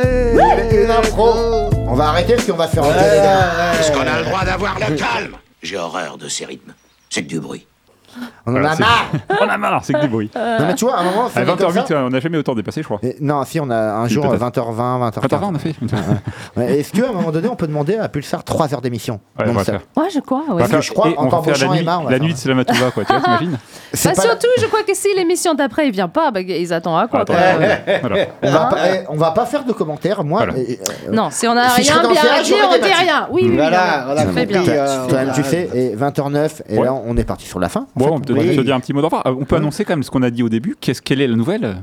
Une impro. On va arrêter parce qu'on va se faire engueuler. Est-ce qu'on a le droit d'avoir le calme? J'ai horreur de ces rythmes. C'est que du bruit. On en Voilà, a c'est- marre. On a marre, c'est que du bruit. Non, mais tu vois, à un moment, on fait À vingt heures huit, comme ça. on n'a jamais autant dépassé, je crois. Et- non, si, on a un Si, jour peut-être. vingt heures vingt, vingt heures quinze. vingt heures vingt, on a fait. Ouais, Est-ce qu'à un moment donné, on peut demander à Pulsar trois heures d'émission Ouais, on va faire. Ouais, je crois. On Ouais. va faire- je crois, et en on va faire t'embauchant la nuit, Emma, on va la faire nuit de Slamatouva, quoi, tu vois, t'imagines Bah, surtout, je crois que si l'émission d'après il vient pas, bah, ils attendent à quoi, Attends, quoi. ouais. Voilà. On va, Hein pas, eh, on va pas faire de commentaires, moi. Voilà. eh, euh, Non, si on a si je serais rien dans bien ce à cas-là, dire, j'aurais on dit débattu. rien. Oui, oui, Voilà, oui. voilà, Très bien. compris, Toi, euh, toi-même, voilà. tu sais, et vingt heures neuf, et Ouais. là, on est parti sur la fin. en Bon, fait. on peut Oui. peut-être dire un petit mot d'enfant. On peut annoncer quand même ce qu'on a dit au début. Qu'est-ce, quelle est la nouvelle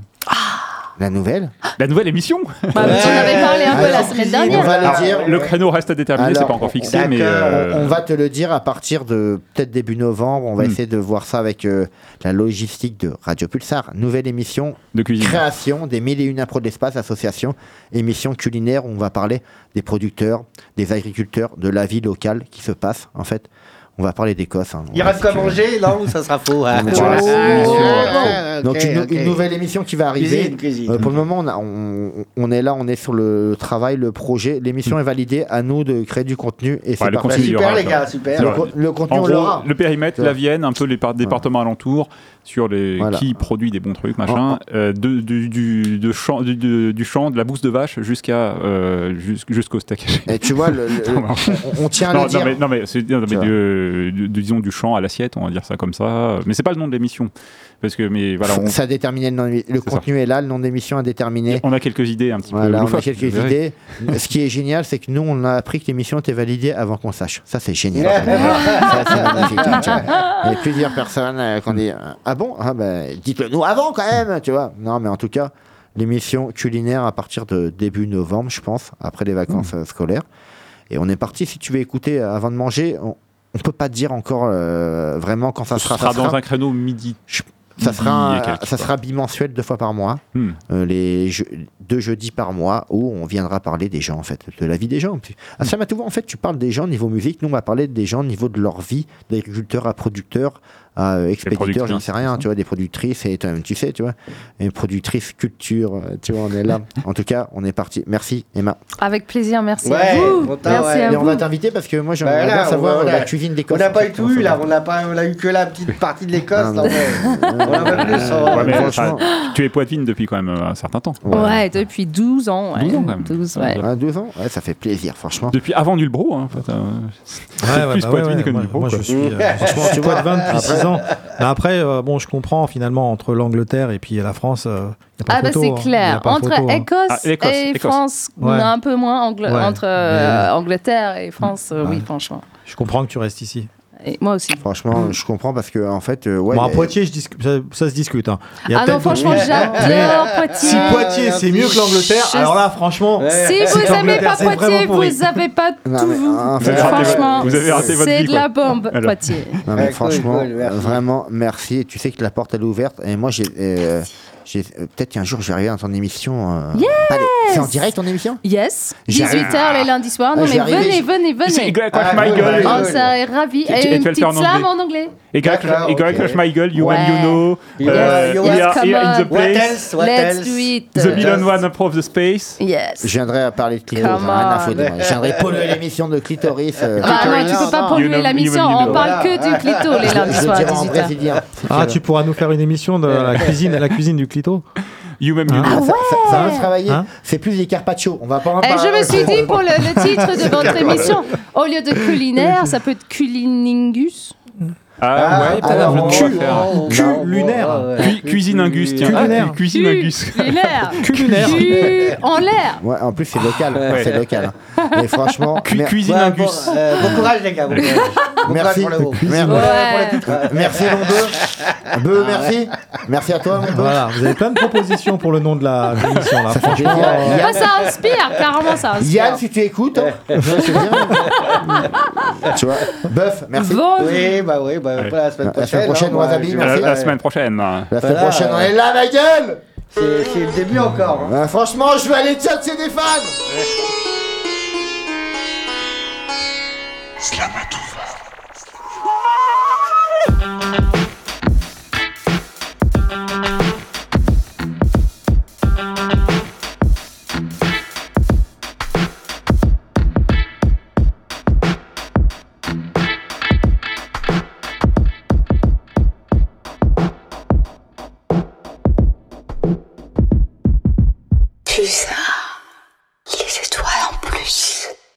La nouvelle. La nouvelle émission Bah, vous en avez parlé un peu la Alors, semaine on dernière. va le Alors, dire. Le créneau reste à déterminer, Alors, c'est pas encore fixé, d'accord, mais. euh, On va te le dire à partir de peut-être début novembre. On va Hmm. essayer de voir ça avec euh, la logistique de Radio Pulsar. Nouvelle émission, de cuisine. création des mille et une impros de l'espace, association, émission culinaire où on va parler des producteurs, des agriculteurs, de la vie locale qui se passe en fait. On va parler d'Écosse. Hein. Il reste quoi manger, non, ou ça sera faux. hein. Non, mais voilà, c'est une émission, Ah, Donc ok, une, ok. une nouvelle émission qui va arriver. Cuisine, cuisine. Euh, pour le moment, on, a- on, on est là, on est sur le travail, le projet. L'émission est validée. À nous de créer du contenu et c'est Ouais, le parti. contenu, il y Super aura, les quoi. gars, super. Le, co- le contenu, En on gros, l'aura. le périmètre, Tu vois. la Vienne, un peu les par- départements alentours, sur les Voilà. qui produit des bons trucs, machin, euh, de, du, du, de champ, du, du- du champ, de la bouse de vache jusqu'à euh, jus- jusqu'au steak haché. Et tu vois, le- le- Non, on, on tient à non, le non, dire. mais, non, mais, c'est- non, mais Tu vois. de- de- de- disons du champ à l'assiette, on va dire ça comme ça. Mais c'est pas le nom de l'émission. Parce que, mais voilà, on, Ça a déterminé le nom. de- Le contenu est là, le nom d'émission a déterminé. on a quelques idées un petit Voilà, peu on a loufoques, quelques vous verrez. idées. Ce qui est génial, c'est que nous, on a appris que l'émission était validée avant qu'on sache. Ça, c'est génial. Ça, c'est magnifique. hein, tu vois. Il y a plusieurs personnes euh, qui ont dit euh, ah bon, ah, ben, dites-le nous avant quand même, tu vois. Non, mais en tout cas, l'émission culinaire à partir de début novembre, je pense, après les vacances euh, scolaires. Et on est parti. Si tu veux écouter euh, avant de manger, on, on peut pas te dire encore euh, vraiment quand ça Ce sera. sera ça dans sera- un créneau midi. ça midi sera, et quelques, ça quoi. sera bimensuel deux fois par mois, Hmm. euh, les je- deux jeudis par mois, où on viendra parler des gens, en fait, de la vie des gens. Puis, à Slamatouva, en fait, tu parles des gens niveau musique, nous on va parler des gens au niveau de leur vie, d'agriculteurs à producteurs, à euh, expéditeurs, j'en sais rien, tu vois, des productrices, et toi-même tu sais, tu vois, et productrices culture, euh, tu vois, on est là. En tout cas, on est parti. Merci Emma. Avec plaisir, merci à Ouais, vous. content, Merci ouais. à Et on vous. va t'inviter parce que moi j'aimerais Bah, bien là, savoir on euh, a- la cuisine On d'Écosse. n'a pas en eu fait, tout comment eu ça là, va. on n'a pas, on a eu que la petite partie de l'Écosse. Non, là, mais- ouais. On en veut plus. on- Ouais, mais, franchement- enfin, tu es poitevine depuis quand même un certain temps. Ouais, depuis douze ans. Ouais. douze ans, quand même. douze, ouais. Ah, deux ans, ouais, ça fait plaisir, franchement. Depuis avant Nulbro, hein, en fait. euh, c'est Ouais, ouais, plus bah ouais, poitevine ouais, que moi, Nulbro. moi, quoi. je suis euh, franchement je suis poitevin depuis Après- six ans. Mais après, euh, bon, je comprends finalement entre l'Angleterre et puis la France. euh, y a pas Ah bah photo, c'est hein. Y a clair. pas Entre photo, hein. Écosse, Ah, Écosse, et Écosse. France, Ouais. un peu moins. Angl- Ouais. Entre euh, Angleterre et France, euh, oui, Ouais. franchement. Je comprends que tu restes ici. Et moi aussi. Franchement, je comprends parce que en fait, euh, ouais. bon, à il y a- Poitiers, je discu- ça, ça se discute. Hein. Il y a Ah non, peut-être- franchement, Mais j'adore Poitiers. Si Poitiers, c'est mieux que l'Angleterre, Je- alors là, franchement. Si c'est vous n'aimez l'Angleterre, pas c'est vraiment Poitiers, pourri. vous n'avez pas Non, tout mais, vous. en Vous fait, avez raté Franchement, votre- vous avez raté votre c'est vie, de la quoi. bombe, Alors. Poitiers. Non, mais Ouais, franchement, cool, cool, merci. euh, vraiment, merci. Tu sais que la porte elle est ouverte. Et moi, j'ai, euh, j'ai euh, peut-être qu'un jour, je vais arriver dans ton émission. euh, Yes allez, c'est en direct ton émission Yes, J'arrive. dix-huit heures les lundis soirs. Non Ah, je mais vais arriver, venez, je- venez, C'est venez. Greg Ah, Michael. cool, Oh, cool. ça est ravi. Tu- tu- Et tu une vas le petite faire en slam anglais. en anglais. Et Greg D'accord, et Greg ok. Michael, you Ouais. and you know. You uh, are- you we are- are come here in the on. What place. else? What Let's else? do it. The Just- Milan one of the space. Yes. Je viendrai à parler de clitoris. Come Rien à on. foutre de moi. Je viendrai polluer l'émission de clitoris. euh, Bah non, Clitoris. tu peux pas You polluer know- la mission. you know- On parle Voilà. que du clito les lundis je le soirs à dirai en dix-huit heures. brésilien. Ah, tu pourras nous faire une émission de la cuisine, la cuisine du clito. You même Hein you Ah, know. ça, ça- ça va se travailler. Hein C'est plus des carpaccio. On va pas en Et parler. je me suis dit pour le, le titre de votre émission, au lieu de culinaire, ça peut être culiningus. Ah ouais, peut-être alors, un jeu de mots à cul- faire. non, Cul non, lunaire. ouais. Cui- Cuisine Angus, tiens. Culinaire. Ah, Cuisine Angus. Culinaire. Culinaire. Cul en l'air. Ouais, en plus, c'est local. Ouais. C'est local. hein. Mais franchement, Cu- mer- Cuisine Ouais, Angus. bon, euh, bon courage les gars. Bon courage. Bon Merci. courage pour le haut. Mer- Pour Ouais. les titres. merci mon bœuf. Bœuf, merci. Merci à toi, mon bœuf. Voilà, vous avez plein de propositions pour le nom de la de l'émission là. Ça fait Franchement, plaisir. euh, Yann- Ah, ça inspire, carrément ça inspire. Yann, si tu écoutes, hein, je sais bien. Tu vois, bœuf, merci. Bon, Oui, bah oui, bah La pas la semaine prochaine. semaine prochaine, hein, moi, Wasabi, je- La, merci. la semaine prochaine. La semaine Voilà, prochaine, on ouais. est là, ma gueule. C'est c'est le début encore. hein. Euh, franchement, je vais aller tchatcher des fans. ça.